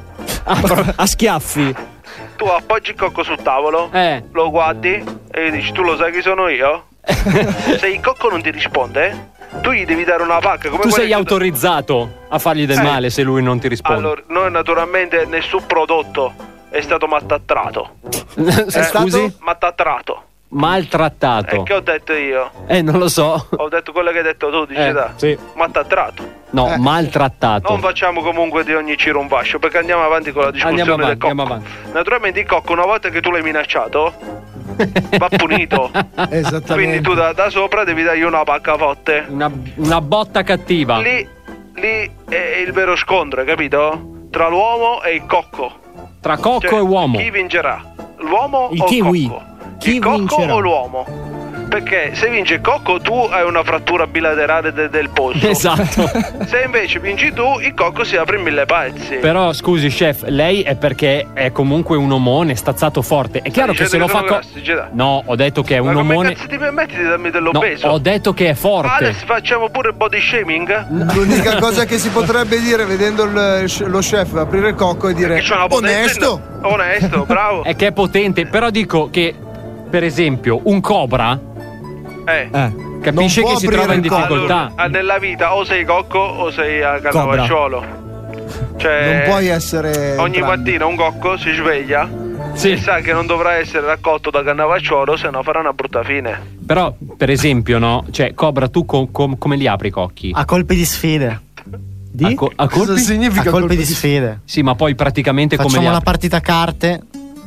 A schiaffi. Tu appoggi il cocco sul tavolo, Eh. lo guardi e gli dici: tu lo sai chi sono io? Se il cocco non ti risponde, tu gli devi dare una pacca. Come Tu quelle sei che- autorizzato a fargli del Sì. male se lui non ti risponde. Allora, noi naturalmente nessun prodotto è stato mattatrato. Se- Scusi? Mattatrato. Maltrattato. E che ho detto io? Eh, non lo so. Ho detto quello che hai detto tu, dici Eh, da. sì. Mattatrato. No, maltrattato. Non facciamo comunque di ogni Ciro un fascio, perché andiamo avanti con la discussione Andiamo avanti, del cocco. andiamo avanti. Naturalmente il cocco, una volta che tu l'hai minacciato, va punito. Esattamente. Quindi tu da, da sopra devi dargli una pacca forte. Una, una botta cattiva. Lì, lì è il vero scontro, hai capito? Tra l'uomo e il cocco. Tra cocco Cioè, e uomo. Chi vincerà? L'uomo Il o kiwi. il cocco? Chi il cocco vincerà? o l'uomo? Perché se vince il cocco tu hai una frattura bilaterale de- del polso. Esatto. Se invece vinci tu, il cocco si apre in mille pezzi. Però scusi chef, lei è perché è comunque un omone stazzato forte. È chiaro che se lo fa co- co- No, ho detto che è Ma un come omone. cazzo ti permetti di darmi No, dell'obeso? ho detto che è forte. Adesso facciamo pure body shaming? L'unica cosa che si potrebbe dire vedendo il- lo chef aprire il cocco è dire Che c'è una potenza onesto. in- Onesto, bravo. È che è potente, però dico che per esempio un cobra Eh. capisce che si trova in difficoltà. Allora, nella vita o sei cocco o sei a cannavacciolo. Cioè, Non puoi essere ogni entrambi. mattina un cocco si sveglia e sa che non dovrà essere raccolto da cannavacciolo, se no farà una brutta fine. Però per esempio no, cioè cobra tu co- com- come li apri i cocchi? A colpi di sfide. Di? A, co- a colpi? Cosa significa A colpi colpi di di- sfide? Sì, ma poi praticamente come Facciamo li una apri? partita a carte.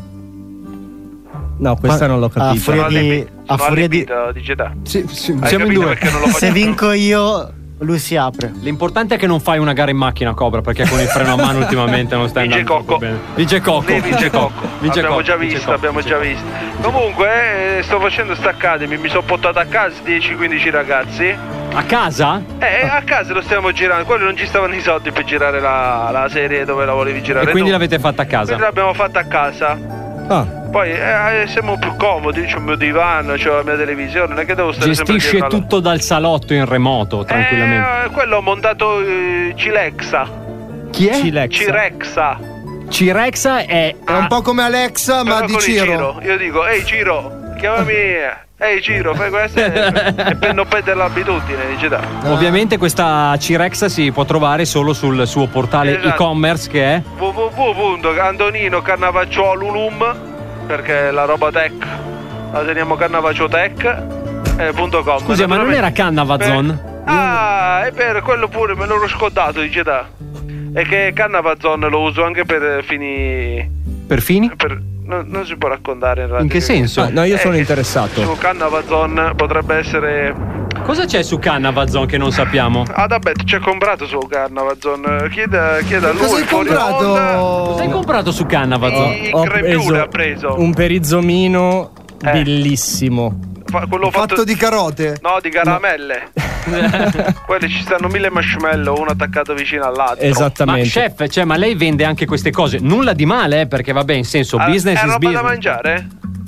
No, questa Ma- non l'ho a capita. furia Sono di- allibito, a sono furia di- allibito, dice da. Sì, sì, Hai siamo in capito due. perché non lo faccio Se più? vinco io, lui si apre. L'importante è che non fai una gara in macchina, Cobra, perché con il freno a mano ultimamente non stai Vince andando Cocco. bene. Vince Cocco. Lì vince Cocco. Vince abbiamo Cocco, già vince visto, Cocco, abbiamo vince già Cocco. visto. Comunque, eh, sto facendo sta academy, mi sono portato a casa dieci quindici ragazzi. A casa? Eh, a casa lo stiamo girando, quelli non ci stavano i soldi per girare la, la serie dove la volevi girare E quindi tu. l'avete fatta a casa? Quindi l'abbiamo fatta a casa. Ah. Poi eh, siamo più comodi, c'ho il mio divano, c'ho la mia televisione, non è che devo stare sempre Gestisce dietro alla- tutto dal salotto in remoto, tranquillamente. Eh, quello ho montato eh, Cilexa. Chi è? Cirexa. Cirexa è... È un po' come Alexa, ma Però di con il Ciro. Io dico, ehi Ciro, chiamami. Ehi Ciro, fai questo e e per non perdere l'abitudine, dice da. Ovviamente questa Cirexa si può trovare solo sul suo portale Esatto. e-commerce che è... w w w punto antonino cannavacciolulum, perché la roba tech la teniamo cannavacciotech eh, punto com. Scusa, ma non era Cannavazon? Eh, ah, è vero, quello pure me l'ho scordato, dice da. E che Cannavazon lo uso anche per fini. Per fini? Per, no, non si può raccontare in radio. In che senso? Ah, no, io Eh, sono che interessato. Su Cannavazon potrebbe essere. Cosa c'è su Cannavazon che non sappiamo? Ah, vabbè, ci ho comprato su Cannavazon. Chieda, chieda a lui. Cosa hai fuori comprato? onda. Cosa hai comprato su Cannavazon? I Ho crepiule ha preso. un perizomino Eh. bellissimo. Fa- quello Fatto fatto di carote. No, di caramelle. Quelli ci stanno mille marshmallow, uno attaccato vicino all'altro. Ma Esattamente. chef, cioè, ma lei vende anche queste cose? Nulla di male, eh, perché vabbè, in senso, Ah, business è is roba business. da mangiare?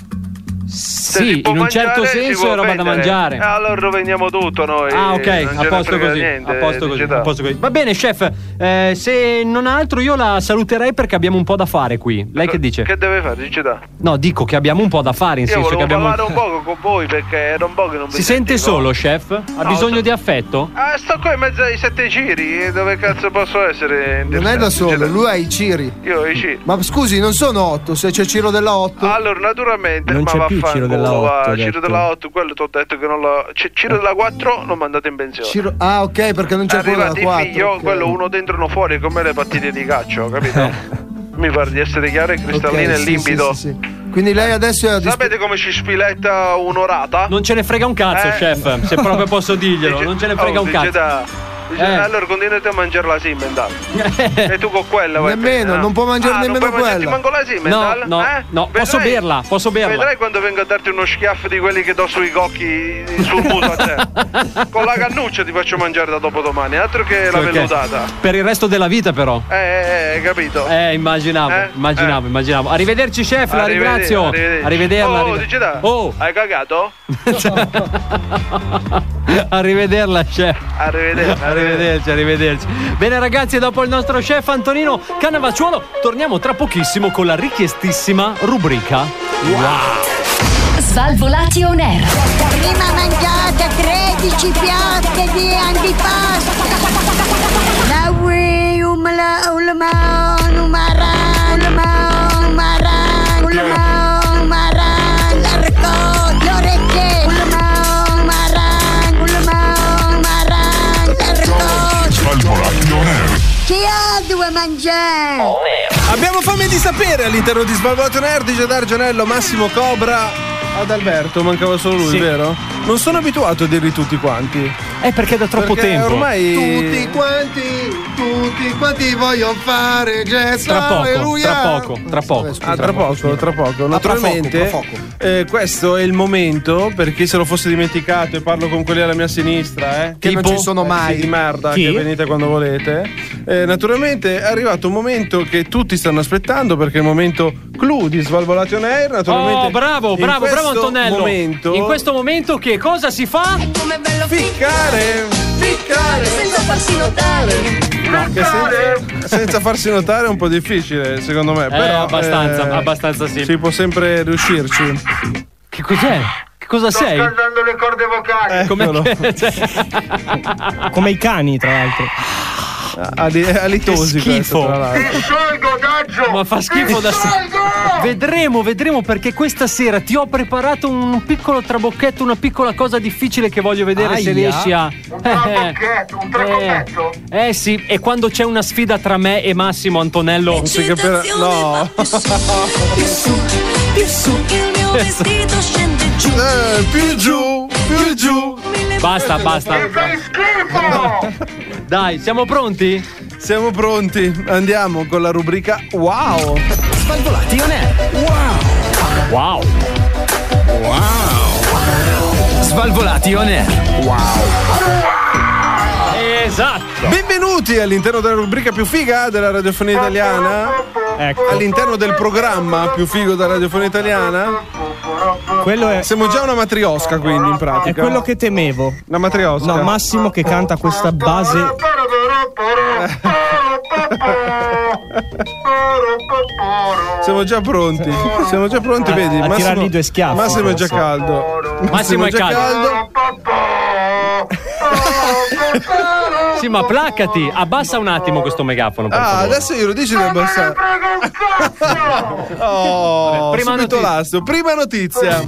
Se Sì, si può in un certo mangiare, si senso può è roba da vendere. mangiare. Eh, allora lo vendiamo tutto noi. Ah, ok, non a ce ne posto frega così. niente, A posto così, dice a da. posto così. Va bene, chef. eh, se non altro, io la saluterei perché abbiamo un po' da fare qui. Lei che dice? Che deve fare? Dice da. No, dico che abbiamo un po' da fare, in Io senso volevo che abbiamo. parlare un poco con voi perché era un po' che non vi Si sente sentivo. solo, chef? Ha No, bisogno so- di affetto? Ah, sto qua in mezzo ai sette giri. Dove cazzo posso essere? Non è da solo, Dice da. lui ha i Ciri. Io ho i giri. Ma scusi, non sono otto, se c'è Ciro della otto. Allora, naturalmente, Non ma c'è più qui Ciro della Vaffanculo, otto, va, ho Ciro detto. della otto, quello ti ho detto che non lo. C- Ciro della quattro non mandate in pensione. Ciro- Ah, ok, perché non c'è quello Arrivati da i quattro. figlio, ok. quello uno dentro e uno fuori, come le partite di calcio, capito? Mi pare di essere chiaro e cristallino Ok, e sì, limpido. sì, sì, sì. Quindi lei adesso è a disp- Sapete come ci spiletta un'orata? Non ce ne frega un cazzo, Eh? chef, se proprio posso dirglielo, non ce ne frega Oh, un dice cazzo. da- dice, Eh. allora continuate a mangiare la Simmental. E tu con quella vai Nemmeno, bene, non può mangiare ah, nemmeno non puoi mangiarti quella. manco la Simmental? No, no, eh? no, posso Vedrai- berla, posso berla. Vedrai quando vengo a darti uno schiaffo di quelli che do sui cocchi sul muso a te. Con la cannuccia ti faccio mangiare da dopodomani, altro che la Ok. vellutata. Per il resto della vita però. Eh, eh, eh, capito? Eh, immaginavo, Eh? immaginavo, immaginavo. Arrivederci chef, la Arrivederci, ringrazio. arrivederci. Arrivederla. Oh, arrive- dice da. Oh, Hai cagato? arrivederla chef. Arrivederci, Arrivederci, arrivederci. Bene ragazzi, dopo il nostro chef Antonino Cannavacciuolo, torniamo tra pochissimo con la richiestissima rubrica Wow. Svalvolati on air. Prima mangiate tredici piatte di antipasto. La ui umla ulma numara ulma numara ulma numara l'arco l'orecchie ulma numara ulma numara l'arco. Svalvolati on air. Chi ha due mangiare? Abbiamo fame di sapere all'interno di Svalvolato Nerd, D J D'Argenello, Massimo Cobra. Ad Alberto, mancava solo lui, Sì. vero? Non sono abituato a dirli tutti quanti. È perché da troppo Perché tempo. ormai Tutti quanti, tutti quanti vogliono fare gesto. Tra poco, alleluia. tra poco, tra poco. Ah, tra poco, tra poco. Ah, tra Naturalmente, poco, tra poco. eh, questo è il momento, per chi se lo fosse dimenticato, e parlo con quelli alla mia sinistra, eh, Che non tipo- ci sono eh, mai. sì, di merda, Chi? che venite quando volete. Eh, naturalmente è arrivato un momento che tutti stanno aspettando, perché è il momento clou di Svalvolati on Air. Naturalmente, Oh, bravo, in bravo, bravo questo Antonello. Momento, In questo momento che cosa si fa? ficcare, ficcare, Senza farsi notare. no, che senza, senza farsi notare è un po' difficile, secondo me. Però abbastanza, eh, abbastanza sì. Si può sempre riuscirci. Che cos'è? Che cosa sei? Scaldando le corde vocali. Come Eccolo. cioè, Come i cani, tra l'altro. Ali- Alitosi, Che schifo. questo, tra l'altro. Ti sciolgo, Daggio! ma fa schifo da sé. Vedremo, vedremo perché questa sera ti ho preparato un piccolo trabocchetto, una piccola cosa difficile che voglio vedere se Aia. riesci a. Un trabocchetto, un trabocchetto? Eh, eh sì, e quando c'è una sfida tra me e Massimo Antonello. Non si capirà. No. Più su, più su, il mio vestito scende giù. Eh, più giù, più giù. Basta, basta. Mi fai schifo! Dai, siamo pronti? Siamo pronti. Andiamo con la rubrica Wow. Svalvolati on air. Wow. Svalvolati on air. Esatto. Benvenuti all'interno della rubrica più figa della radiofonia italiana. Ecco. All'interno del programma più figo della radiofonia italiana. Quello è, Siamo già una matriosca, quindi, in pratica. è quello che temevo. Una matriosca. No, Massimo che canta questa base. Siamo già pronti. Siamo già pronti, A- vedi? a tirargli due schiaffi, Massimo è già forse. caldo. Massimo è già caldo. Sì, ma placati, abbassa un attimo questo megafono. Per Ah, favore. adesso io lo dici di abbassare. Oh, Prima subito notizia. l'asso. Prima notizia.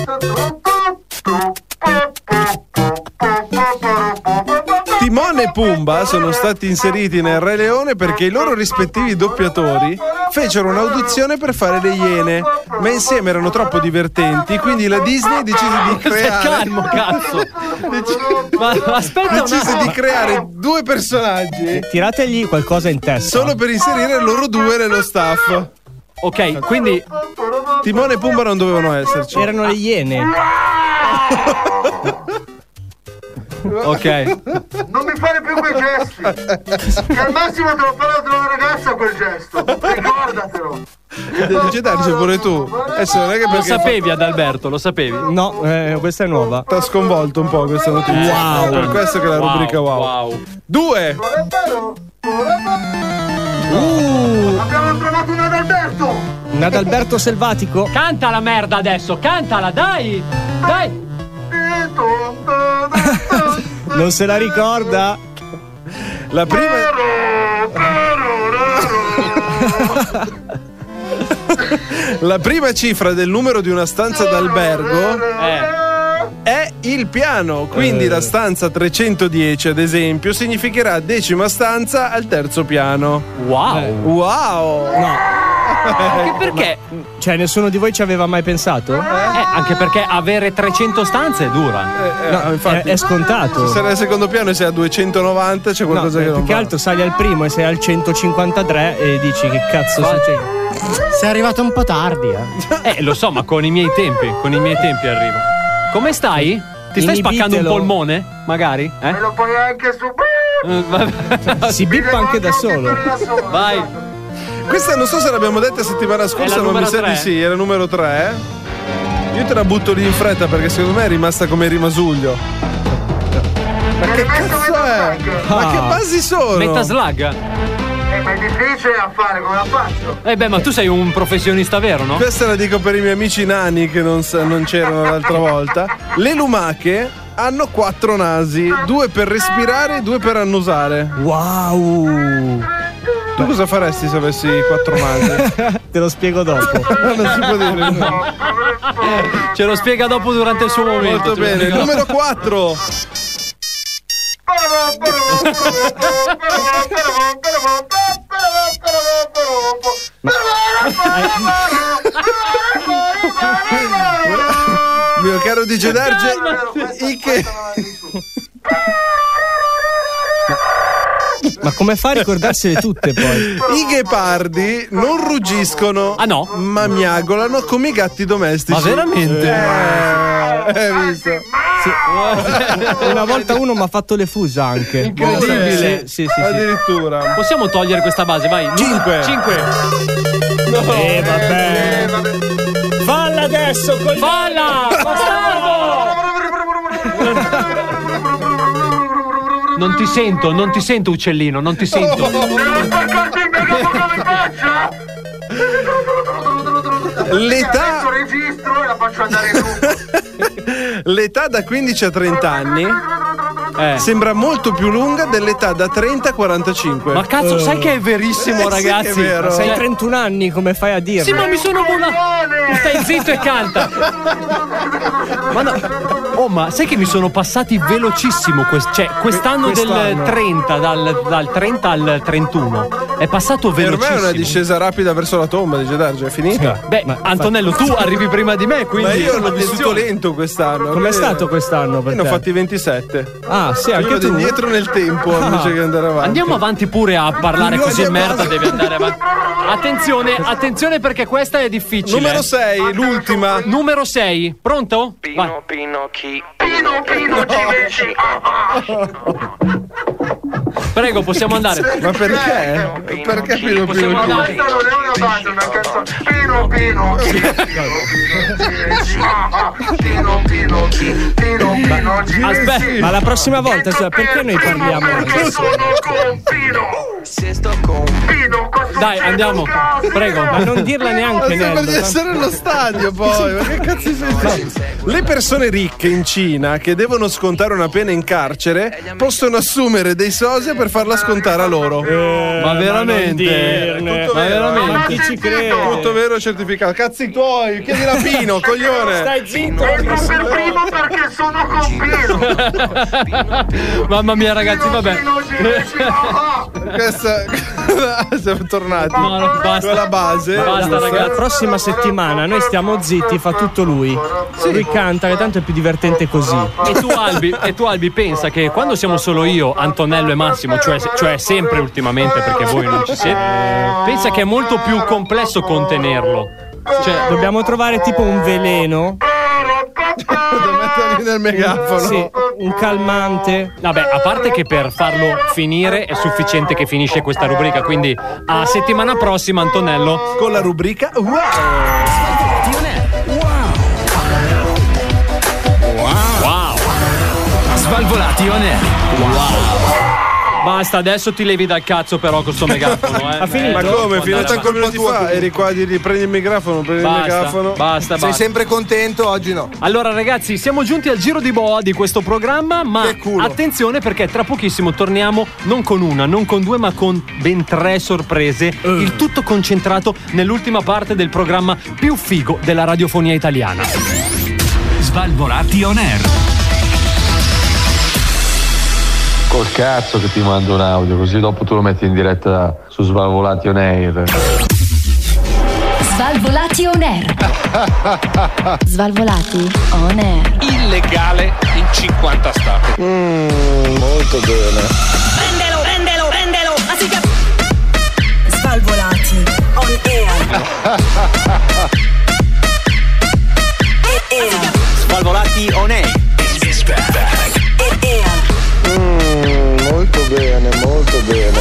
Timone e Pumba sono stati inseriti nel Re Leone perché i loro rispettivi doppiatori fecero un'audizione per fare le iene, ma insieme erano troppo divertenti, quindi la Disney decise di creare Calmo, cazzo. Ma ma aspetta un decise attimo. di creare due personaggi Tirategli qualcosa in testa. solo per inserire loro due nello staff. Ok, quindi Timone e Pumba non dovevano esserci. Erano le iene. ok. Non mi fare più quei gesti! Che al massimo te lo farò da una ragazza quel gesto! Ricordatelo! Dice Darge pure tu. Adesso non è che Lo perché sapevi Adalberto, lo sapevi? No, eh, questa è nuova. ti ha sconvolto un po' questa notizia. Wow. È per questo che la Wow, rubrica wow. wow. Due. Uh, Abbiamo trovato un Adalberto! un Adalberto selvatico. Canta la merda adesso, cantala, dai! Dai! Non se la ricorda. La prima La prima cifra del numero di una stanza d'albergo è il piano, quindi Eh. la stanza trecentodieci ad esempio significherà decima stanza al terzo piano. Wow. Wow. No. Che perché? Cioè, nessuno di voi ci aveva mai pensato? Eh, anche perché avere trecento stanze è dura. Eh, No, infatti, è, è scontato. se sei al secondo piano e sei a duecentonovanta c'è qualcosa No, che più non che va. altro sali al primo e sei al centocinquantatré e dici che cazzo succede? Sei arrivato un po' tardi, eh. Eh, lo so, ma con i miei tempi, con i miei tempi arrivo. Come stai? Ti stai Inibitelo. spaccando un polmone? Magari? Eh? lo puoi anche subire. Si bippa anche da solo. Vai. Questa non so se l'abbiamo detta settimana scorsa, la ma mi numero sa di tre? sì, era numero tre. Io te la butto lì in fretta perché secondo me è rimasta come rimasuglio. Ma che cazzo è? Ma che basi sono? Metaslug? Eh, ma è difficile a fare, come la faccio? Eh beh, ma tu sei un professionista vero, no? Questa la dico per i miei amici nani che non, sa- non c'erano l'altra volta. Le lumache hanno quattro nasi, due per respirare e due per annusare. Wow! Tu cosa faresti se avessi quattro nasi? Te lo spiego dopo. Non si può dire. Ce lo spiega dopo durante il suo momento. Molto ce lo bene. spiega. Numero quattro. Mio caro D J Darge, i che... Ma come fa a ricordarsele tutte poi? I ghepardi non ruggiscono, ah no? ma miagolano come i gatti domestici. Ma veramente? Eh, hai visto? Sì. Una volta uno mi ha fatto le fusa anche. Incredibile. Sì, sì, sì, sì. Addirittura. Possiamo togliere questa base, vai. Cinque. Cinque. No. Eh, vabbè. Falla adesso, coglione. Falla! Bastardo! Non ti sento, non ti sento uccellino, non ti sento. L'età registro e la faccio andare su. L'età da quindici a trenta anni Eh. sembra molto più lunga dell'età da trenta a quarantacinque. Ma cazzo, sai che è verissimo, Eh, sì, ragazzi? che è vero. Sei Cioè- trentuno anni, come fai a dirlo? Sì, ma mi sono volato. Stai zitto e canta. Ma no. Oh, ma sai che mi sono passati velocissimo? quest- cioè, quest'anno, Quest'anno. del trenta, dal, dal trenta al trentuno. È passato Per me velocissimo. è una discesa rapida verso la tomba di Gedarge, è finita. Beh, Antonello, tu arrivi prima di me, quindi. Ma io l'ho attenzione. vissuto lento quest'anno. Com'è quindi- stato quest'anno per Io ne ho te? fatti ventisette. Ah, sì, Io anche vado tu. indietro nel tempo Ah. invece che andare avanti. Andiamo avanti pure a parlare Curiosi così e in merda, basta. devi andare avanti. Attenzione, attenzione perché questa è difficile. Numero sei, l'ultima. Numero sei, pronto? Vai. Pino Pino chi? Pino Pino ci veci. Prego, possiamo andare. Ma perché? Perché Pino Possiamo Pino? andare. Questa non è una base, una canzone. Pino Pino chi? Pino Pino chi? Pino Pino ci Aspetta, veci. Ma la prossima volta, cioè, perché noi parliamo? Perché sono con Pino. Se sto con Pino. cosa Dai, succede andiamo. in casa? Prego. Ma non dirla neanche, Ma sembra Nello. di essere allo stadio poi. Ma che cazzo sei? Le persone ricche in Cina che devono scontare una pena in carcere possono assumere dei sosia per farla scontare a loro. Eh, Ma veramente? non dirne. Tutto Ma vero, veramente? ma Chi ci crede? Tutto vero certificato. Cazzi tuoi, chiedi la Pino, coglione. Stai zitto. Vengo per primo perché sono con Pino. Mamma mia, ragazzi, vabbè. Pino ci veci. Ah, ah. Questa siamo tornati. No, no, basta. Quella base. Basta, La ragazzi. prossima settimana noi stiamo zitti, fa tutto lui. Lui canta, che tanto è più divertente così. E tu, Albi, e tu Albi pensa che quando siamo solo io, Antonello e Massimo, cioè, cioè sempre ultimamente perché voi non ci siete, pensa che è molto più complesso contenerlo. Cioè, Dobbiamo trovare tipo un veleno, Da metterli nel megafono. sì, un calmante. vabbè, a parte che per farlo finire è sufficiente che finisce questa rubrica, quindi a settimana prossima, Antonello. Con la rubrica Wow. Wow. Svalvolati on air. Wow. Basta, adesso ti levi dal cazzo però con sto megafono, eh. Ma, eh, ma come? Fino a cinque minuti fa eri qua di prendi il microfono, prendi basta, il megafono. Basta, Sei basta. sempre contento, oggi no. Allora ragazzi, siamo giunti al giro di boa di questo programma, ma attenzione perché tra pochissimo torniamo non con una, non con due, ma con ben tre sorprese, uh. il tutto concentrato nell'ultima parte del programma più figo della radiofonia italiana. Svalvolati on air. Col cazzo che ti mando un audio, così dopo tu lo metti in diretta su Svalvolati on air. Svalvolati on air. Svalvolati on air. Illegale in cinquanta stati. Mmm, molto bene. Prendelo, prendelo, prendelo. Así que... Svalvolati on air. Svalvolati on air. Mmm, molto bene, molto bene.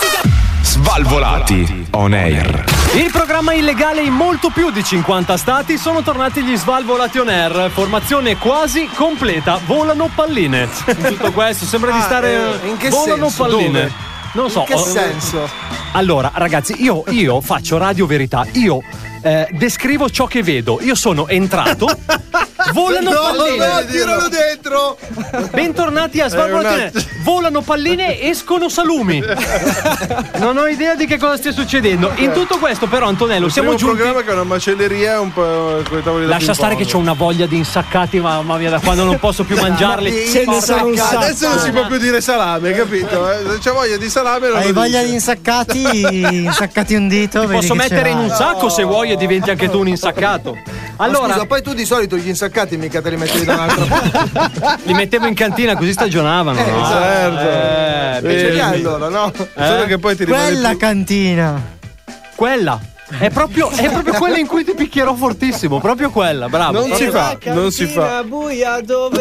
Svalvolati on air. Il programma illegale in molto più di cinquanta stati. Sono tornati gli Svalvolati on air. Formazione quasi completa. Volano palline. In tutto questo sembra ah, di stare. Eh, in che volano senso? palline. Dove? Non so. In che oh, senso? Allora, ragazzi, io, io faccio Radio Verità. Io eh, descrivo ciò che vedo. Io sono entrato. Volano no, palline. No, tiralo dentro. Bentornati a Svalvolati. Volano palline, escono salumi. Non ho idea di che cosa stia succedendo. In tutto questo, però, Antonello, il siamo giunti. Un programma che è una macelleria un po' con i tavoli da Lascia stare che c'ho una voglia di insaccati, mamma mia, da quando non posso più mangiarli. Ce ne sono un sacco. Adesso non si può più dire salame, capito? Se c'è voglia di salame non Hai lo voglia dice. di insaccati? Insaccati un dito. Ti vedi posso che mettere ce in un l'hai. sacco se vuoi e diventi anche tu un insaccato. Allora, Ma scusa, poi tu di solito gli insaccati mica te li metti da un'altra parte. li mettevo in cantina così stagionavano. Eh, no? certo. Eh, Eh, ce li hai allora, no? Eh? Solo che poi ti rimane Quella più... cantina. Quella. È proprio, è proprio quella in cui ti picchierò fortissimo. Proprio quella, bravo. Non si fa, non si fa. buia dove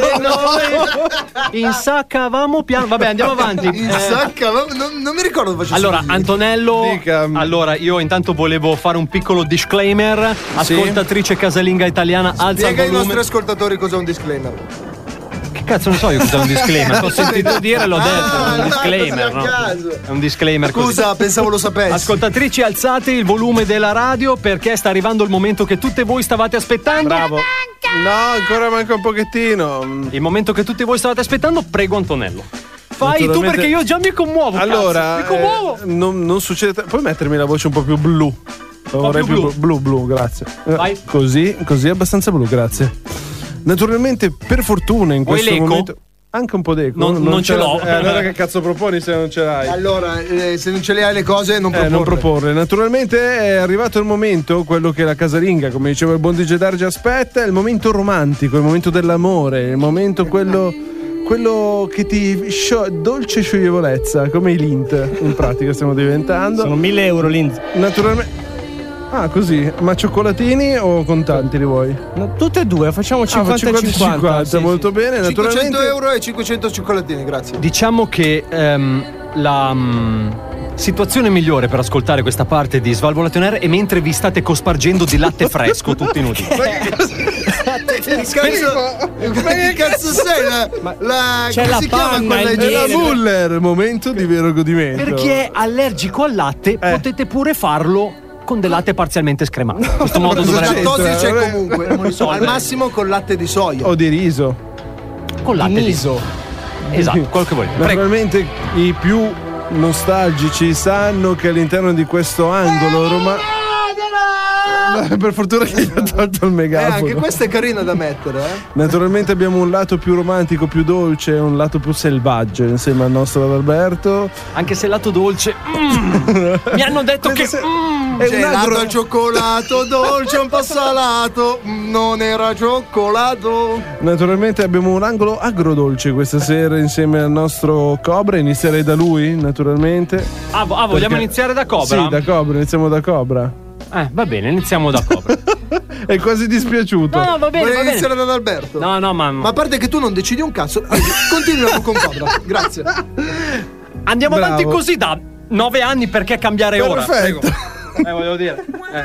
noi insaccavamo piano. Vabbè, andiamo avanti. Insaccavamo, non, non mi ricordo facessi. Allora, Antonello. Dica. Allora, io intanto volevo fare un piccolo disclaimer. Ascoltatrice casalinga italiana, alza il Spiega ai volume. nostri ascoltatori cos'è un disclaimer. Che cazzo ne so io cos'è un disclaimer? T'ho sentito dire, l'ho detto. Ah, È un disclaimer, no? È un disclaimer così. Scusa, pensavo lo sapessi. Ascoltatrici, alzate il volume della radio perché sta arrivando il momento che tutte voi stavate aspettando. Bravo. No, ancora manca un pochettino. Il momento che tutti voi stavate aspettando, prego Antonello. Fai tu Naturalmente- perché io già mi commuovo. Allora, cazzo, mi commuovo. eh, non, non succede. Puoi mettermi la voce un po' più blu? Vorrei più blu. blu, blu, grazie. Eh, Vai. Così, così abbastanza blu, grazie. Naturalmente, per fortuna in Vuoi questo l'eco? momento. Anche un po' d'eco. Non- non ce l'ho. Eh, allora che cazzo proponi se non ce l'hai? Allora, eh, se non ce le hai le cose, non Eh, proporre. non proporre. Naturalmente è arrivato il momento, quello che la casalinga, come diceva il buon D J Darge, aspetta, è il momento romantico, il momento dell'amore, il momento quello, quello che ti scio- dolce scioglievolezza, come i Lint, in pratica stiamo diventando. Sono mille euro Lint. Naturalmente. Ah, così, ma cioccolatini o contanti li vuoi? No, tutte e due, facciamo Ah, cinquanta e cinquanta. cinquanta, Sì, molto bene. cinquecento Naturalmente. euro e cinquecento cioccolatini, grazie. Diciamo che ehm, la mm, situazione migliore per ascoltare questa parte di Svalvolation Air è mentre vi state cospargendo di latte fresco tutti inutili. Ma che cazzo, ma che cazzo sei? La, la, c'è come la si chiama panna, quella il È la miele. Muller, momento di vero godimento. Per chi è allergico al latte, potete pure farlo con del latte parzialmente scremato. In questo modo La dovrebbe lattosio c'è Vabbè. comunque. Al massimo con latte di soia. O di riso. con latte di Miso. Esatto, quello che volete. Prego. Naturalmente i più nostalgici sanno che all'interno di questo angolo Roma. Beh, per fortuna che gli ho tolto il Eh, megafono. anche questa è carina da mettere, eh. Naturalmente abbiamo un lato più romantico, più dolce, un lato più selvaggio insieme al nostro Adalberto. Anche se il lato dolce. mm, mi hanno detto che. mm, È un Gelato agro- al cioccolato, dolce un po' salato, non era cioccolato. Naturalmente abbiamo un angolo agrodolce questa sera insieme al nostro Cobra. Inizierei da lui, naturalmente. Ah, vo- ah, vogliamo Perché- iniziare da Cobra? Sì, da Cobra, iniziamo da Cobra. Eh, va bene, iniziamo da Cobra. È quasi dispiaciuto. No, no, va bene, Vuoi va bene. iniziare da Alberto? No, no, ma. Ma a parte che tu non decidi un cazzo, continuiamo con Cobra. Grazie. Andiamo Bravo. avanti così da nove anni, perché cambiare ora? Perfetto. Prego. Eh, volevo dire. Eh.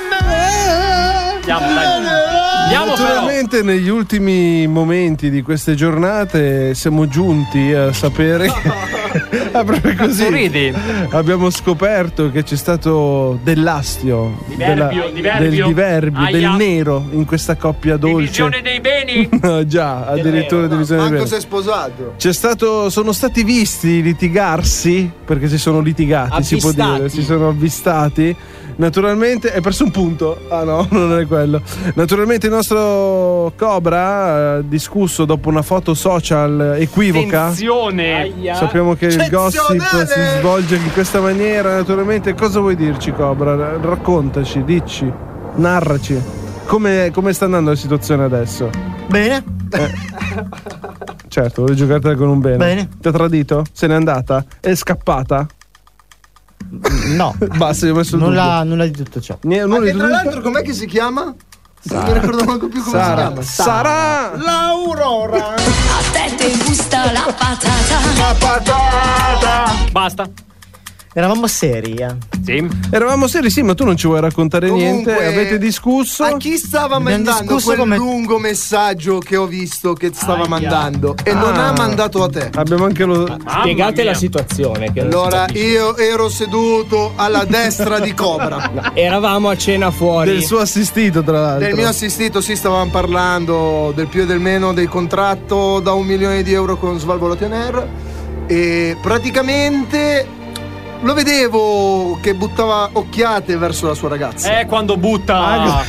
Andiamo, dai. Andiamo però. Naturalmente negli ultimi momenti di queste giornate siamo giunti a sapere Ah, proprio così. Sorridi. Abbiamo scoperto che c'è stato dell'astio, Diverbio, della- diverbio. del diverbio, Aia. del nero in questa coppia dolce. Divisione dei beni. No, già, addirittura divisione dei Manco beni. si è sposato. C'è stato, sono stati visti litigarsi, perché si sono litigati, si può Avvistati. dire, si sono avvistati. Naturalmente, hai perso un punto. Ah no, non è quello. Naturalmente il nostro Cobra ha discusso dopo una foto social equivoca. Attenzione. Sappiamo che il gossip Eccezionale! si svolge in questa maniera. Naturalmente, cosa vuoi dirci, Cobra? Raccontaci, dici, narraci. Come, come sta andando la situazione adesso? Bene. Eh. Certo, vuoi giocartela con un bene. Bene. Ti ha tradito? Se n'è andata? È scappata? No. Basta, io ho messo il Nulla, dubbio. nulla di tutto ciò. Nie- Ma nulla che di tra tutto? l'altro com'è che si chiama? Sara. Non mi ricordo manco più come Sara. si chiama. Sara. L'Aurora. A te ti gusta la patata. La patata. Basta. Eravamo seri, eh. Sì. Eravamo seri, sì, ma tu non ci vuoi raccontare Comunque, niente. Avete discusso? A chi stava Abbiamo mandando discusso quel come- lungo messaggio che ho visto che stava Aia. mandando e non Ah. ha mandato a te? Abbiamo anche lo. Spiegate mia. la situazione. Che non si Allora capisce. io ero seduto alla destra di Cobra. No, eravamo a cena fuori. Del suo assistito, tra l'altro. Del mio assistito, sì, stavamo parlando del più e del meno del contratto da un milione di euro con Svalvolation Air e praticamente lo vedevo che buttava occhiate verso la sua ragazza. Eh, quando butta. Ah,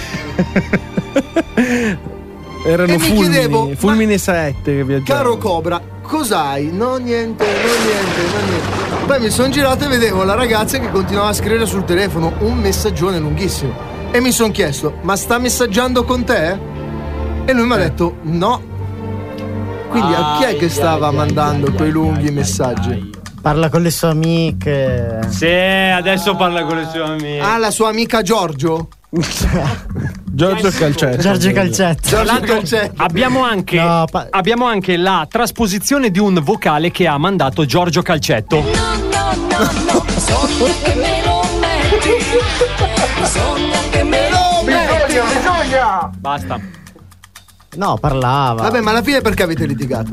Erano E mi fulmini, chiedevo, fulmini sette che viaggiavano. Caro Cobra, cos'hai? No, niente, no, niente, no, niente. Poi mi sono girato e vedevo la ragazza che continuava a scrivere sul telefono un messaggione lunghissimo. E mi sono chiesto, ma sta messaggiando con te? E lui mi ha detto, no. Quindi a chi è che stava mandando quei lunghi messaggi? Parla con le sue amiche. Sì, adesso parla con le sue amiche. Ah, la sua amica Giorgio? Giorgio Calcetto. Giorgio Calcetto. Tra l'altro, abbiamo anche, No, pa- abbiamo anche la trasposizione di un vocale che ha mandato Giorgio Calcetto. No, no, no, no, bisogna che me lo metti. Bisogna che me lo metti. Bisogna! Basta. No, parlava. Vabbè, ma alla fine perché avete litigato?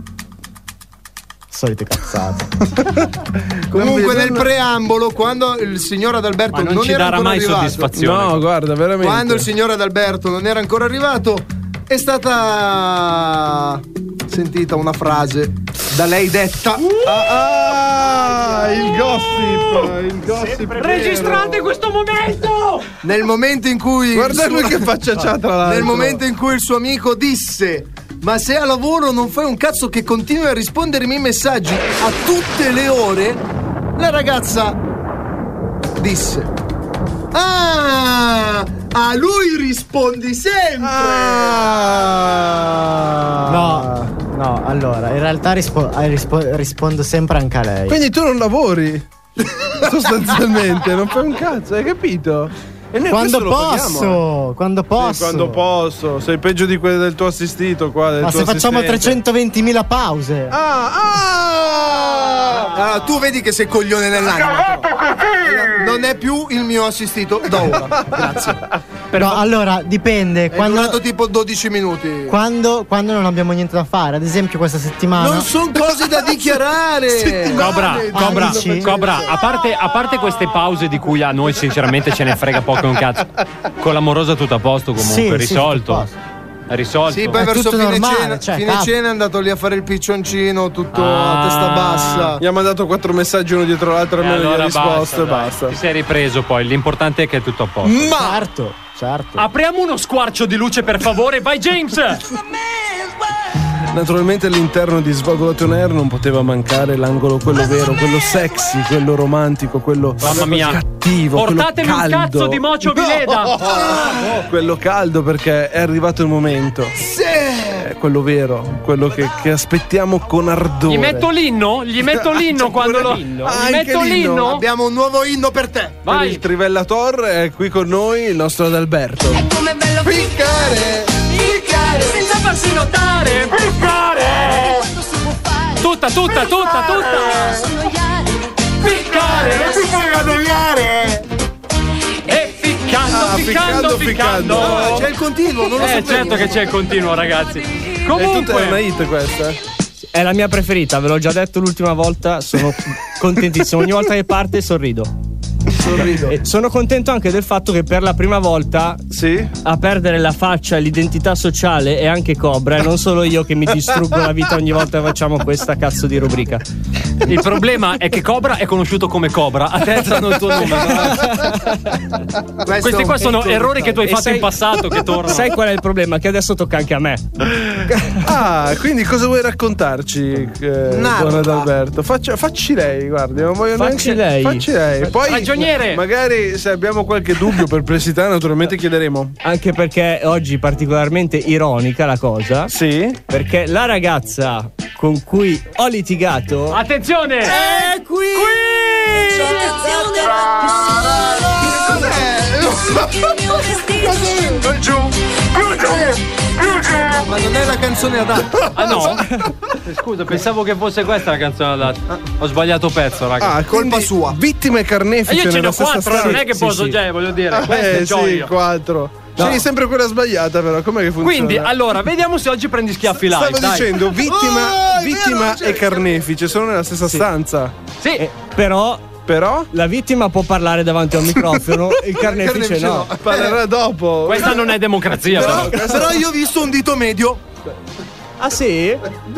Solite cazzate. Comunque nel preambolo, quando il signor Adalberto Ma non non ci era darà ancora mai arrivato, soddisfazione. No, guarda, veramente. quando il signor Adalberto non era ancora arrivato, è stata sentita una frase da lei detta. Ah, ah, il gossip, il gossip. Registrate questo momento! Nel momento in cui Guarda il suo- lui che faccia c'ha, tra l'altro. Nel momento in cui il suo amico disse: ma se a lavoro non fai un cazzo che continui a rispondermi ai messaggi a tutte le ore, la ragazza disse: ah, a lui rispondi sempre. Ah. No, no, allora, in realtà rispo- eh, rispo- rispondo sempre anche a lei. Quindi tu non lavori. Sostanzialmente, non fai un cazzo, hai capito? E noi Quando questo lo paghiamo, posso, quando eh. posso. Sì, quando posso. Sei peggio di quelli del tuo assistito qua. Del Ma tuo se facciamo assistente. trecentoventimila pause. Ah, ah! Ah, tu vedi che sei coglione nell'anima. Non è più il mio assistito da ora. Grazie. No, allora, dipende. È Quando, durato tipo dodici minuti. quando, quando non abbiamo niente da fare. Ad esempio questa settimana. Non sono cose da dichiarare. Cobra, Cobra, Dici? Cobra, a parte, a parte queste pause di cui a noi sinceramente ce ne frega poco un cazzo. Con l'amorosa tutto a posto comunque, Sì, sì, risolto. tutto a posto. Risolto. Sì, poi È verso tutto fine normale, cena, cioè, fine capo. cena è andato lì a fare il piccioncino, tutto Ah. a testa bassa. Gli ha mandato quattro messaggi uno dietro l'altro, E almeno gli allora ha risposto e dai. basta. Ti sei ripreso poi, l'importante è che è tutto a posto. Ma Certo, certo. Apriamo uno squarcio di luce per favore, vai James! naturalmente all'interno di Svalvolation Air non poteva mancare l'angolo quello vero, quello sexy, quello romantico, quello Mamma mia. cattivo, Portatemi quello un caldo. cazzo di Mocio Vileda! Quello caldo perché è arrivato il momento. Sì! È quello vero, quello che, che aspettiamo con ardore. Gli metto l'inno? Gli metto l'inno quando lo. Gli Anche metto l'inno? l'inno? Abbiamo un nuovo inno per te. Per Vai! il Trivellator è qui con noi il nostro Adalberto. Come bello Piccare! piccare Senza farsi notare! Piccare! quando si può fare. Tutta, tutta, tutta, tutta! Sognare. Piccare! Piccare! E ficcando, Ah, ficcando, ficcando, ficcando! Ah, c'è il continuo, non lo Eh, sapevo. certo che c'è il continuo, ragazzi. È tutta una Comunque, hit questa. È la mia preferita, ve l'ho già detto l'ultima volta, sono contentissimo. Ogni volta che parte sorrido. Sorrido. E sono contento anche del fatto che per la prima volta sì? a perdere la faccia e l'identità sociale è anche Cobra, e non solo io che mi distruggo la vita ogni volta che facciamo questa cazzo di rubrica. Il problema è che Cobra è conosciuto come Cobra, a te danno il tuo nome. Questi qua sono errori che tu hai E fatto sai- in passato che tornano. Sai qual è il problema? Che adesso tocca anche a me. Ah, quindi cosa vuoi raccontarci, eh, Narra. buon Adalberto? Faccia, facci lei, guardi, non voglio Facci neanche- lei. Facci lei. Poi Ragioniere. magari se abbiamo qualche dubbio, perplessità, naturalmente chiederemo. Anche perché oggi è particolarmente ironica la cosa. Sì. Perché la ragazza con cui ho litigato Attenzione! è qui! Ma non è la canzone adatta. Ah no? Scusa, pensavo che fosse questa la canzone adatta. Ho sbagliato pezzo, raga. Ah, Colpa quindi sua. Vittime E carnefice io ce ne nella ho stessa quattro, stanza. non è che Sì, posso, sì. cioè, voglio dire. Queste Eh c'ho sì, io. quattro. No. Scegli sempre quella sbagliata, però. Com'è che funziona? Quindi, allora, vediamo se oggi prendi schiaffi live. Stavo dai. dicendo, vittima, Oh, è vittima vero, c'è- e carnefice sono nella stessa stanza. Sì. Eh, però Però la vittima può parlare davanti a un microfono, il carnefice carnefice no. no. parlerà dopo. Questa non è democrazia, Però, però. però io ho visto un dito medio. Ah sì?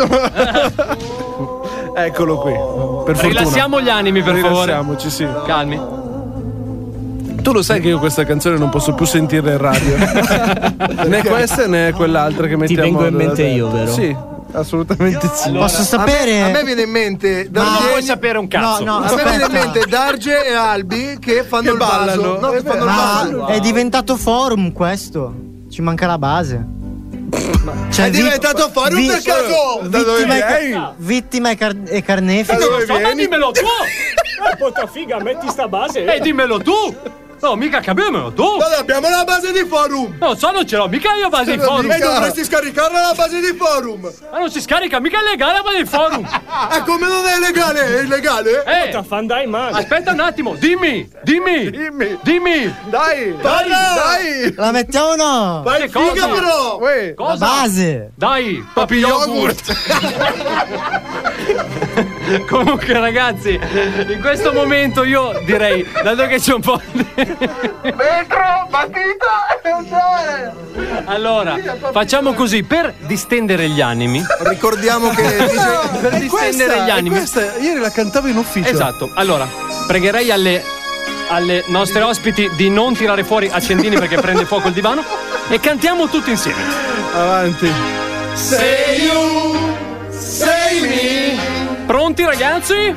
Eccolo qui. Per fortuna. Rilassiamo gli animi, per favore. Rilassiamoci, sì. Calmi. Tu lo sai che io questa canzone non posso più sentirla in radio. Né questa né quell'altra che mettiamo. vengo in da- mente da- io, vero? Sì, assolutamente sì. Allora, Posso A me, sapere? a me viene in mente Non Darge, puoi sapere un cazzo. No, no, a me viene in aspetta. mente Darge e Albi che fanno Che il vaso. ballano. No, che Eh, fanno il Ma vaso. è diventato forum questo. Ci manca la base. Cioè, È diventato forum vi- per caso. Da dove vittima, e, vieni? ca- vittima e, car- e carnefice. Da dove So, ma vieni? dimmelo tu! Porta figa, metti sta base. E dimmelo tu! No, mica capiamelo tu! Ma abbiamo la base di forum. No, so, non ce l'ho, mica io base di forum! E dovresti scaricarla la base di forum. Ma non si scarica, mica è legale la base di forum! E come non è legale? È illegale? Eh! Fandai male. Aspetta un attimo, dimmi! Dimmi! Dimmi. Dimmi! Dai, dai, dai. La mettiamo o no? Vai Che figa cosa? però. Uè, La Cosa? base. Dai! Papi yogurt. Comunque ragazzi, in questo momento io direi, dato che c'è un po' di... Metro, batita. Allora, facciamo così, per distendere gli animi. Ricordiamo che dice Per distendere gli è animi. questa, ieri la cantavo in ufficio. Esatto, allora, pregherei alle, alle nostre ospiti di non tirare fuori accendini perché prende fuoco il divano e cantiamo tutti insieme. Avanti. Say you, say me. Pronti ragazzi?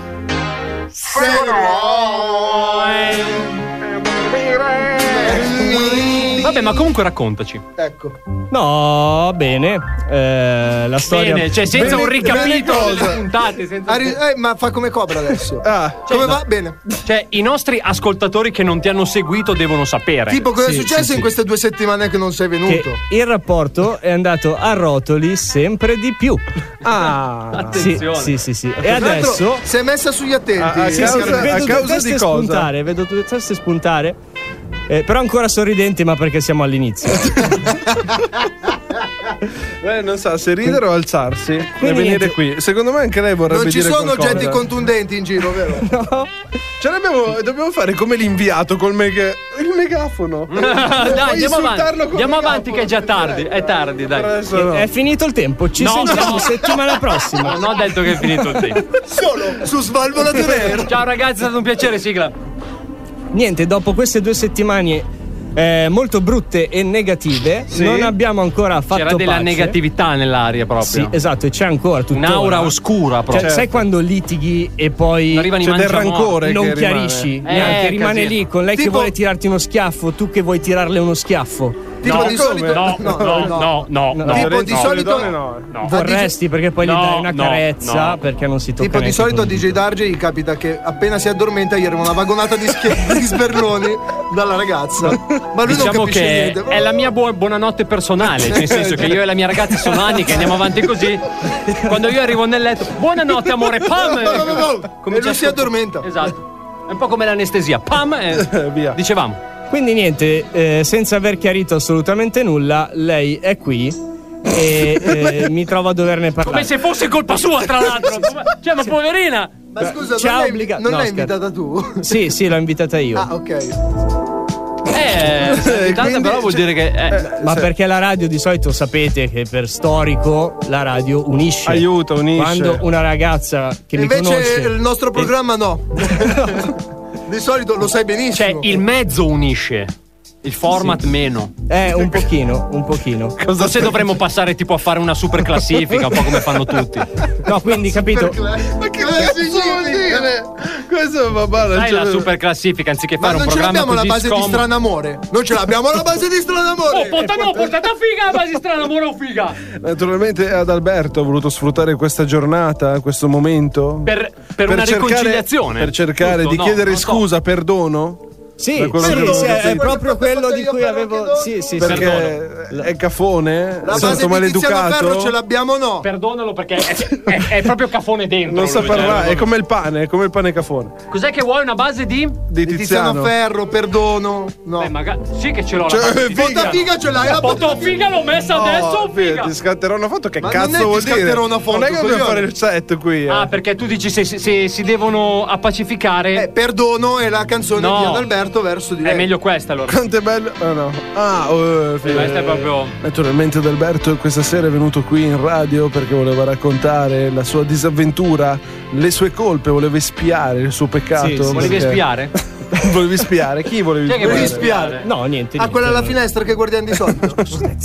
Vabbè, ma comunque raccontaci. Ecco. No, bene. Eh, la storia. Bene, cioè senza Bene- un ricapitolo bene cosa. delle puntate, senza... Arri- eh, ma fa come Cobra adesso. Ah, Come no. va? Bene. Cioè, i nostri ascoltatori che non ti hanno seguito devono sapere. Tipo, cosa Sì, è successo sì, in sì. queste due settimane che non sei Che venuto? il rapporto è andato a rotoli sempre di più. ah. Attenzione. Sì, sì, sì, sì. E Tra l'altro, adesso. si è messa sugli attenti. Ah, ah, Sì, a sì, causa- vedo a due causa teste di cosa? spuntare, vedo due teste spuntare. Eh, però ancora sorridenti, ma perché siamo all'inizio. Eh, non sa se ridere o alzarsi e Quindi venire niente. qui. Secondo me anche lei vorrebbe Non ci dire sono qualcosa. oggetti contundenti in giro, vero? No. Ce l'abbiamo, dobbiamo fare come l'inviato col mega, il megafono. Dai, Puoi andiamo insultarlo avanti. col Andiamo megafono. avanti che è già tardi. È tardi, dai. Adesso no. È finito il tempo, ci No, sentiamo no. settimana prossima. Non ho detto che è finito il tempo. Solo su Svalvolate Nero. Ciao ragazzi, è stato un piacere, sigla. Niente, dopo queste due settimane eh, molto brutte e negative, Sì. non abbiamo ancora fatto C'era della pace. negatività nell'aria proprio. Sì, esatto, e c'è ancora tuttora. Un'aura oscura proprio. Cioè, sai quando litighi e poi Arrivano i C'è del mangiamorti. rancore non che chiarisci, rimane. neanche Eh, rimane casino. lì con lei che Tipo- vuole tirarti uno schiaffo, tu che vuoi tirarle uno schiaffo. Tipo No, di come? solito. No, no, no, no, no, No, no. Tipo di no, solito. le donne no. No. Vorresti perché poi No, gli dai una no, carezza no. perché non si tocca. Tipo di neanche solito a con D il J dito. Darge gli capita che appena si addormenta gli arriva una vagonata di, schie- di sberloni dalla ragazza. Ma lui non Diciamo capisce che niente. è la mia buo- buonanotte personale, nel senso che io e la mia ragazza sono anni che andiamo avanti così. Quando io arrivo nel letto, buonanotte amore, pam! E Comincia lui a si addormenta. Esatto. È un po' come l'anestesia, pam! E Via. dicevamo. Quindi niente, eh, senza aver chiarito assolutamente nulla, lei è qui e eh, mi trovo a doverne parlare. Come se fosse colpa sua, tra l'altro. Cioè, ma poverina. Ma scusa, Ci ha non l'hai, obbliga- non no, l'hai scherzo. invitata tu? Sì, sì, l'ho invitata io. Ah, ok. Eh, sei invitata, quindi, però vuol cioè, dire che. Eh, Ma sì. perché la radio di solito sapete che per storico la radio unisce. Aiuta, unisce. Quando una ragazza che Invece mi conosce. il nostro programma no. Di solito lo sai benissimo. cioè, il mezzo unisce. Il format meno. Eh, un pochino, un pochino. Forse dovremmo passare tipo a fare una super classifica, un po' come fanno tutti. No, quindi capito. Ma che cazzo vuol dire? Questo va bene. Sai la super classifica anziché Ma fare un non ce programma l'abbiamo la così base scomodo. di Stranamore. Non ce l'abbiamo la base di Stranamore. Oh, porta no, portata figa la base di Stranamore o figa. Naturalmente ad Alberto ho voluto sfruttare questa giornata, questo momento Per, per, una cercare- riconciliazione. per cercare Giusto? di No, chiedere non so. scusa, perdono. Sì, Da quello sì, che ho sì, è capito. proprio quello di io cui però avevo. chiedo Sì, sì, Perché sì. è cafone, La è base stato di Tiziano Ferro maleducato. ce l'abbiamo o no? Perdonalo perché è, è, è proprio cafone dentro. Non sa lui, cioè, parlare, è non- come il pane, è come il pane cafone. Cos'è che vuoi? Una base di? Di Di Tiziano. Tiziano Ferro, perdono. No. Beh, magari. Sì che ce l'ho Cioè, la base di figa. Tiziano. Figa ce l'hai, la Foto figa l'ho messa adesso o figa? Ti scatterò una foto, che Ma non è cazzo ti vuol dire? scatterò una foto, non è che dobbiamo coglione. fare il set qui. eh. Ah, perché tu dici se, se- se si devono appacificare. Eh, perdono è la canzone No. di Adalberto verso di lei. È meglio questa allora. Quanto è bello. Ah no. Ah, oh, Sì, questa è proprio. Naturalmente Adalberto questa sera è venuto qui in radio perché voleva raccontare la sua disavventura, le sue colpe, voleva espiare il suo peccato. Sì, sì. Volevi perché- spiare? Volevi spiare? Chi volevi Chi è che spiare? volevi spiare? No, niente. Ah, niente. quella alla finestra che guardiamo di solito.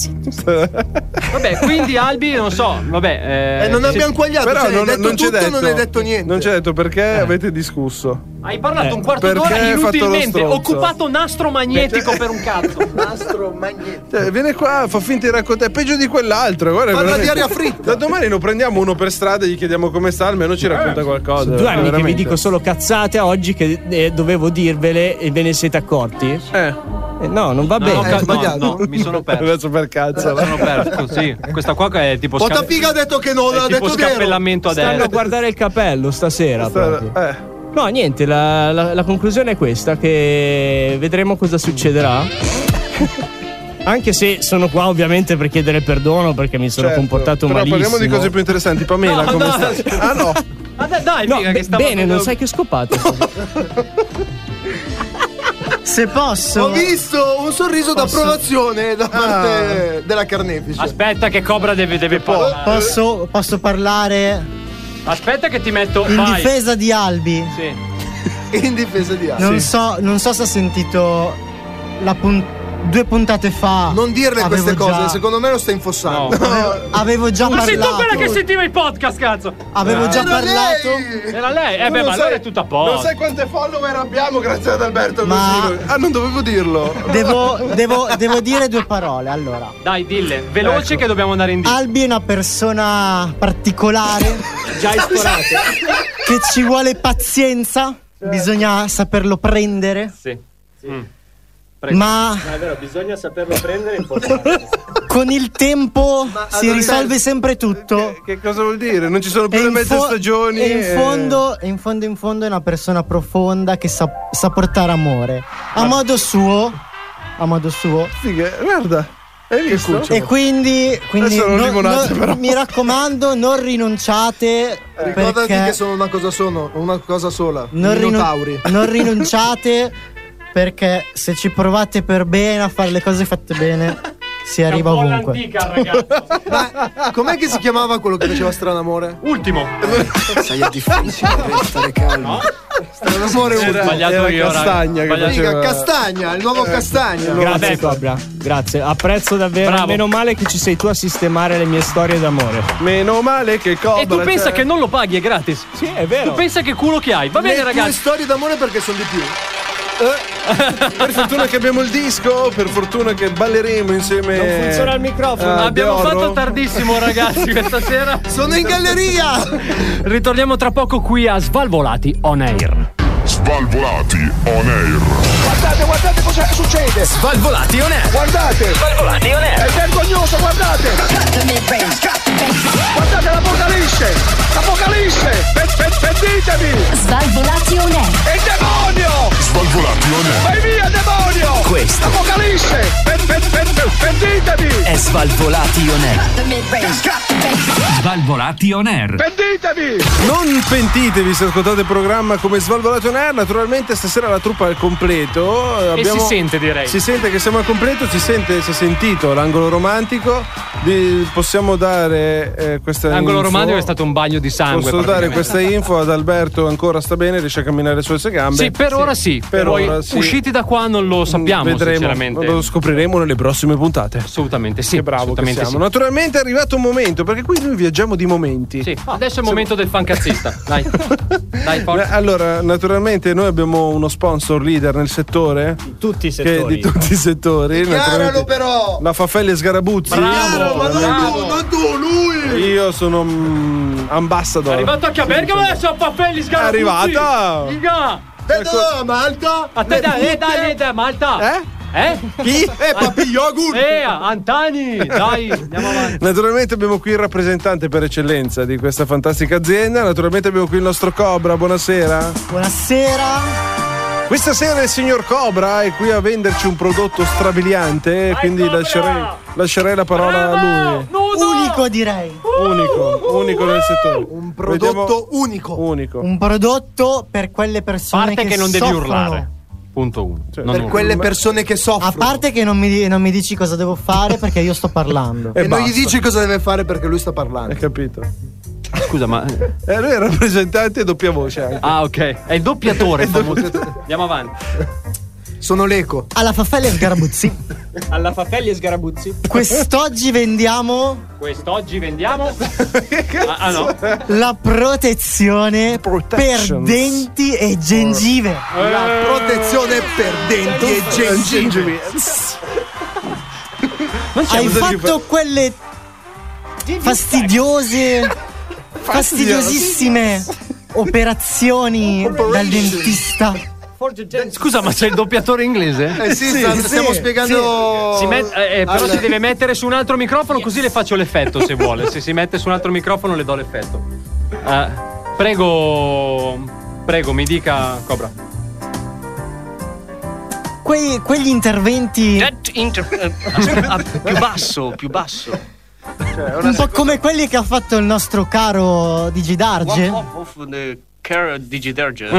Vabbè, quindi Albi, non so, vabbè. Eh, E non se- abbiamo quagliato, Però cioè, non, hai detto non c'è tutto, detto, non hai detto niente. Non c'è detto perché avete discusso. Hai parlato Eh, un quarto perché d'ora hai fatto lo inutilmente, stronzo? occupato nastro magnetico per un cazzo. Nastro magnetico. Cioè, viene qua, fa finta di raccontare, è peggio di quell'altro. Guarda, Parla veramente. di aria fritta. Da domani lo prendiamo uno per strada e gli chiediamo come sta, almeno ci racconta qualcosa. Due anni che vi veramente. dico solo cazzate, a oggi che eh, dovevo dirvele e ve ne siete accorti? Eh. Eh, no, non va No, bene. no, hai no, sbagliato. no, mi sono perso. Adesso per cazzo. Mi sono perso, sì. Questa qua che è tipo Pota sca- figa ha detto che non è ha tipo detto vero. scappellamento a Stanno a destra. guardare il capello stasera. proprio. Eh. No, niente, la, la- la conclusione è questa, che vedremo cosa succederà. Anche se sono qua ovviamente per chiedere perdono perché mi sono Certo, comportato però malissimo. parliamo di cose più interessanti. Pamela, No, come no. stai? Ah no. Ah, dai, dai, No, figa, be- che stavo bene, non sai che scopate. Se posso. Ho visto un sorriso Posso? d'approvazione da parte della carnefice. Aspetta che Cobra deve, deve parlare. Posso, posso parlare Aspetta che ti metto. in vai. difesa di Albi? Sì. In difesa di Albi. Non so, non so se ha sentito la pun- due puntate fa. Non dirle avevo queste cose, già- secondo me lo stai infossando. Avevo, avevo già Ma sei tu parlato. quella che sentiva i podcast, cazzo. Avevo già Era parlato. lei! Era lei. Eh Tu beh, non ma allora sai- è tutto a Non posto. sai quante follower abbiamo grazie ad Alberto Ma- così. Ah, non dovevo dirlo. Devo, devo, devo dire due parole. Allora, Dai, dille, veloce Ecco. che dobbiamo andare in disco. Albi è una persona particolare Già ispirato. che ci vuole pazienza. Bisogna saperlo prendere. Sì. Mm. Ma È vero, bisogna saperlo prendere è importante. con il tempo si allora- risolve sempre tutto. Che, che cosa vuol dire? Non ci sono più E le in mezze fo- stagioni. e in e- fondo, e in fondo, in fondo è una persona profonda che sa, sa portare amore. A modo suo. A modo suo. Figa, guarda. Hai visto? E quindi, quindi Adesso non non- limonate, non- però. mi raccomando, non rinunciate. Ricordati perché che sono una cosa sono, una cosa sola. non, rinu- Minotauri. non rinunciate perché se ci provate per bene a fare le cose fatte bene si arriva ovunque. L'antica, ragazzo. Ma com'è che si chiamava quello che faceva Stranamore? Ultimo. Sai, è difficile restare calmo. Stranamore Ho ultimo. sbagliato era io, raga. Castagna che Sbagliato. Figa, faceva- Castagna, il nuovo Castagna. Grazie Vabbè. Cobra, grazie. Apprezzo davvero. Bravo. Meno male che ci sei tu a sistemare le mie storie d'amore. Meno male che Cobra. E tu pensa cioè- che non lo paghi, è gratis. Sì, è vero. Tu pensa che culo che hai. Va bene, Le tue ragazzi. storie d'amore perché sono di più. Per fortuna che abbiamo il disco, per fortuna che balleremo insieme. Non funziona il microfono. Ah, Abbiamo De Oro. fatto tardissimo, ragazzi, questa sera. Sono in galleria! Ritorniamo tra poco qui a Svalvolati On Air. Svalvolati on air. Guardate, guardate cosa succede! Svalvolati on air. Guardate! Svalvolati on air. È vergognoso, guardate! Guardate l'apocalisse! L'apocalisse! Pe- pe- Pentitevi! Svalvolati on air. È il demonio! Svalvolati on air. Vai via, demonio! Questo L'apocalisse! Pe- pe- pe- pe- Pentitevi! è Svalvolati on air. Svalvolati on air. Pentitevi! Non pentitevi se ascoltate il programma come Svalvolati on air. Naturalmente stasera la truppa è al completo. E si sente, direi. Si sente che siamo al completo, si sente, si è sentito l'angolo romantico. Vi possiamo dare eh, questa L'angolo info. romantico è stato un bagno di sangue. Posso dare questa info ad Alberto, ancora sta bene, riesce a camminare sulle sue gambe. Sì, per ora sì. Per Poi, ora sì. Usciti da qua non lo sappiamo, Vedremo, sinceramente. lo scopriremo nelle prossime puntate. Assolutamente sì. Che bravo assolutamente che siamo. sì. Naturalmente è arrivato un momento, perché qui noi viaggiamo di momenti. Sì, adesso è il momento del fancazzista. Dai. Dai, forza. Allora, naturalmente noi abbiamo uno sponsor leader nel settore. Di tutti i Che settori. di tutti i settori. Chiaralo però! La Faffelli Sgarabuzzi. Bravo, Ma bravo. non tu, lui! Io sono mm, ambassador. È arrivato anche a Bergamo adesso a Faffelli Sgarabuzzi. È arrivata! Figa. Vedo a Malta! A te dai, eh, dai, dai, Malta. Eh? Eh? Chi? Eh, papi yogurt! Eh, Antani, dai, andiamo avanti. Naturalmente abbiamo qui il rappresentante per eccellenza di questa fantastica azienda. Naturalmente abbiamo qui il nostro Cobra. Buonasera. Buonasera. Questa sera il signor Cobra è qui a venderci un prodotto strabiliante, quindi Cobra! lascerei, lascerei la parola a lui. Unico direi. Unico, unico nel settore. Un prodotto Vediamo- unico. unico. Un prodotto per quelle persone Parte che, non devi soffrono. urlare. Punto uno. Cioè, Non Per urlo. quelle persone che A soffrono. parte che non mi, non mi dici cosa devo fare perché io sto parlando. E E non gli basta. dici cosa deve fare perché lui sta parlando. Hai capito? Scusa, ma. Eh, lui è rappresentante e doppia voce anche. Ah, ok. È il doppiatore. famoso. Andiamo avanti. Sono l'eco. Alla Faffelli Sgarabuzzi. Alla Faffelli e Sgarabuzzi. Quest'oggi vendiamo Quest'oggi vendiamo. Ah, ah, no. la protezione per Protections. denti e gengive. La protezione per denti e gengive. Non c'è Hai cosa ci fatto quelle fastidiose, fastidiosissime operazioni dal dentista. Scusa, ma c'è il doppiatore inglese? Eh sì, Sì, sta- sì, stiamo spiegando. Si met- eh, eh, però Al- si deve mettere su un altro microfono, così le faccio l'effetto se vuole. Se si mette su un altro microfono le do l'effetto. Eh, prego. Prego, mi dica, Cobra. Quei- quegli interventi That inter- eh, ah, più basso, più basso. un po' come quelli che ha fatto il nostro caro Digidarge. Off, off, off the care Digidarge.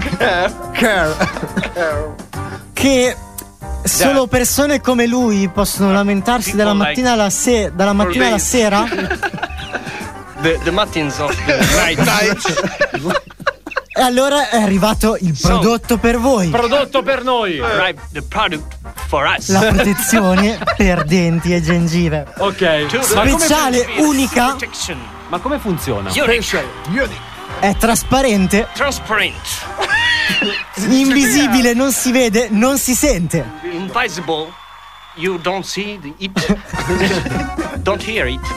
Che solo persone come lui possono lamentarsi dalla People mattina alla, se- dalla mattina alla days. sera. The, the matins of the night. E allora è arrivato il prodotto per voi. Prodotto per noi. Right, the product for us. La protezione per denti e gengive. Ok. Ma come, Speciale, unica, Protection. ma come funziona? Unique. è trasparente, Transparent. invisibile, non si vede, non si sente. Invisible. You don't see the it. Don't hear it.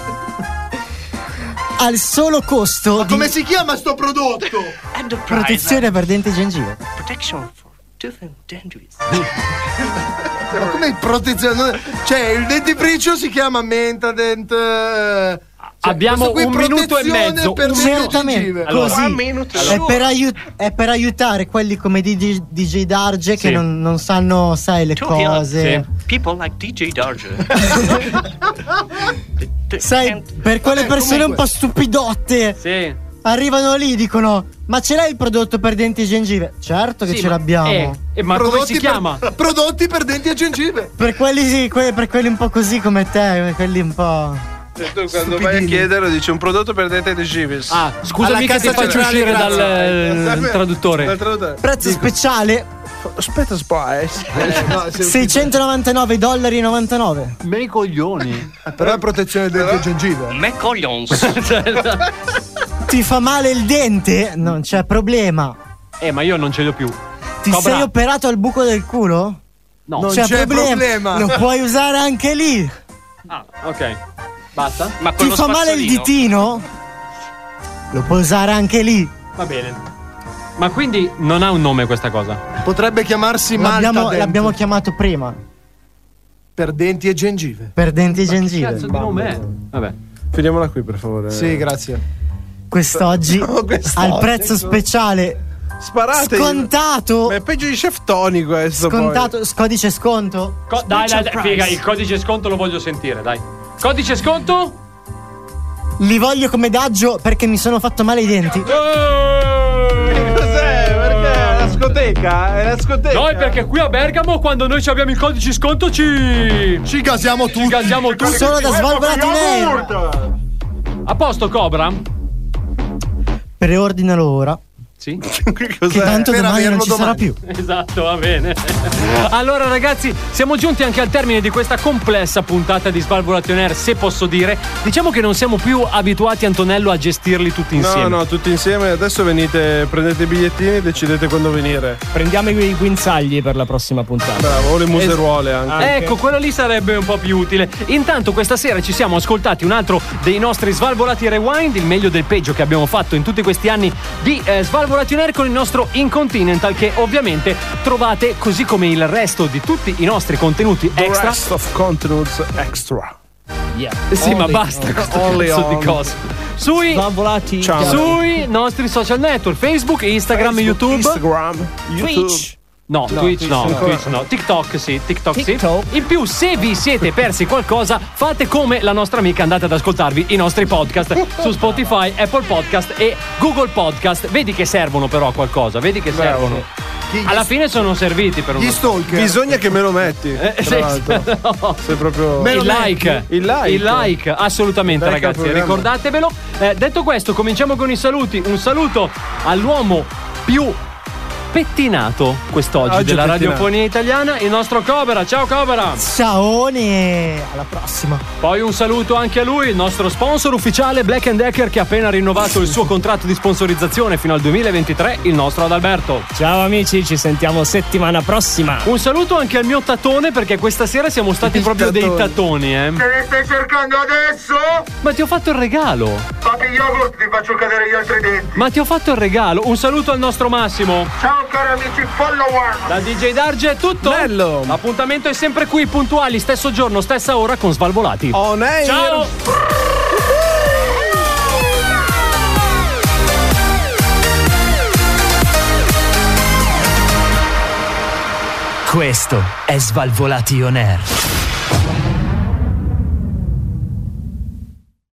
Al solo costo di Come si chiama sto prodotto? And the price. protezione per denti e gengive. Protection for tooth and dentures. Ma come protezione? Cioè, il dentifricio si chiama Mentadent. eh, cioè, Abbiamo questo qui un minuto e protezione mezzo, per un denti e Certamente, gengive. Allora, così one minute, è, sure. per aiut- è per aiutare quelli come D J, D J Darge che Sì. non, non sanno, sai, le To hear cose. people like D J Darge. Sai, per quelle Vabbè, persone un comunque. po' stupidotte. Sì. Arrivano lì, dicono: ma ce l'hai il prodotto per denti e gengive? Certo che Sì, ce ma- l'abbiamo. eh, eh, ma come Prodotti si chiama? Per, prodotti per denti e gengive. Per quelli sì, que- per quelli un po' così come te, quelli un po'. Tu quando vai a chiederlo dice un prodotto per denti e gengive. Ah, scusami Alla che ti cassa faccio centrale, uscire grazie. dal eh, traduttore. Dal traduttore. Prezzo speciale Aspetta, spice. Eh, no, se- seicentonovantanove dollari e novantanove. Me i coglioni. Però è protezione denti e gengive. Me coglions. Ti fa male il dente? Non c'è problema. Eh, ma io non ce l'ho più. Ti Cobra. sei operato al buco del culo? No. Non c'è, c'è problema. problema. Lo puoi usare anche lì. Ah, ok. Basta? Ma Ti con lo fa male il spazzolino? ditino? Lo puoi usare anche lì. Va bene. Ma quindi non ha un nome questa cosa? Potrebbe chiamarsi L'abbiamo, Maltadent. l'abbiamo chiamato prima. Per denti e gengive. Per denti e Che gengive. cazzo di nome è? Vabbè. Finiamola qui, per favore. Sì, grazie. Quest'oggi, No, quest'oggi. al prezzo speciale Sparate. scontato. Ma è peggio di Chef Tony questo. poi. Scontato, codice sconto. Co- dai, dai, dai, Special figa, price. il codice sconto lo voglio sentire, dai. Codice sconto? Li voglio come daggio perché mi sono fatto male i denti. Cos'è? Perché è la scoteca? È la scoteca. Noi perché qui a Bergamo quando noi abbiamo il codice sconto ci... Ci gasiamo tutti. Ci gasiamo tutti. Solo da Svalvolati Nerd. A posto, Cobra? Preordinalo ora. Sì. Che tanto Per domani non averlo ci domani. sarà più. Esatto, va bene. Allora ragazzi, siamo giunti anche al termine di questa complessa puntata di Svalvolation Air, se posso dire. Diciamo che non siamo più abituati, Antonello, a gestirli tutti insieme. No, no, tutti insieme. Adesso venite, prendete i bigliettini e decidete quando venire. Prendiamo i guinzagli per la prossima puntata. Bravo, o le museruole anche. Ah, ecco, quello lì sarebbe un po' più utile. Intanto questa sera ci siamo ascoltati un altro dei nostri Svalvolati Rewind, il meglio del peggio che abbiamo fatto in tutti questi anni di eh, Svalvolation Air con il nostro Incontinental, che ovviamente trovate, così come il resto di tutti i nostri contenuti The extra. rest of contenuts extra. Yeah. Sì, ma basta questo cazzo di cose. Sui, Svalvolati. Ciao. sui nostri social network, Facebook, Instagram, Facebook, YouTube. Instagram, YouTube. Twitch. No, No, Twitch no, Twitch no. Twitch no, TikTok sì, TikTok, TikTok. sì. In più, se vi siete persi qualcosa, fate come la nostra amica, andate ad ascoltarvi i nostri podcast su Spotify, Apple Podcast e Google Podcast. Vedi che servono però a qualcosa, vedi che Bravo. servono. Alla fine sono serviti per un Gli stalker. Bisogna che me lo metti. Eh, tra sì, l'altro. no. Sei proprio. il like. Il like. Il like, assolutamente, Like al ragazzi, programma. ricordatevelo. Eh, detto questo, cominciamo con i saluti. Un saluto all'uomo più pettinato quest'oggi Oggi della pettinato. radiofonia italiana, il nostro Cobra. Ciao Cobra. Ciaone, alla prossima. Poi un saluto anche a lui, il nostro sponsor ufficiale Black and Decker, che ha appena rinnovato il suo contratto di sponsorizzazione fino al duemilaventitré, il nostro Adalberto. Ciao amici, ci sentiamo settimana prossima. Un saluto anche al mio tatone, perché questa sera siamo stati Il proprio dei tatone. tatoni, eh. Se ne stai cercando adesso? Ma ti ho fatto il regalo. Papi yogurt, ti faccio cadere gli altri denti. Ma ti ho fatto il regalo. Un saluto al nostro Massimo. Ciao cari amici follower. Da D J Darge è tutto. Bello. L'appuntamento è sempre qui, puntuali, stesso giorno, stessa ora con Svalvolati. On air. Ciao. Questo è Svalvolati On Air.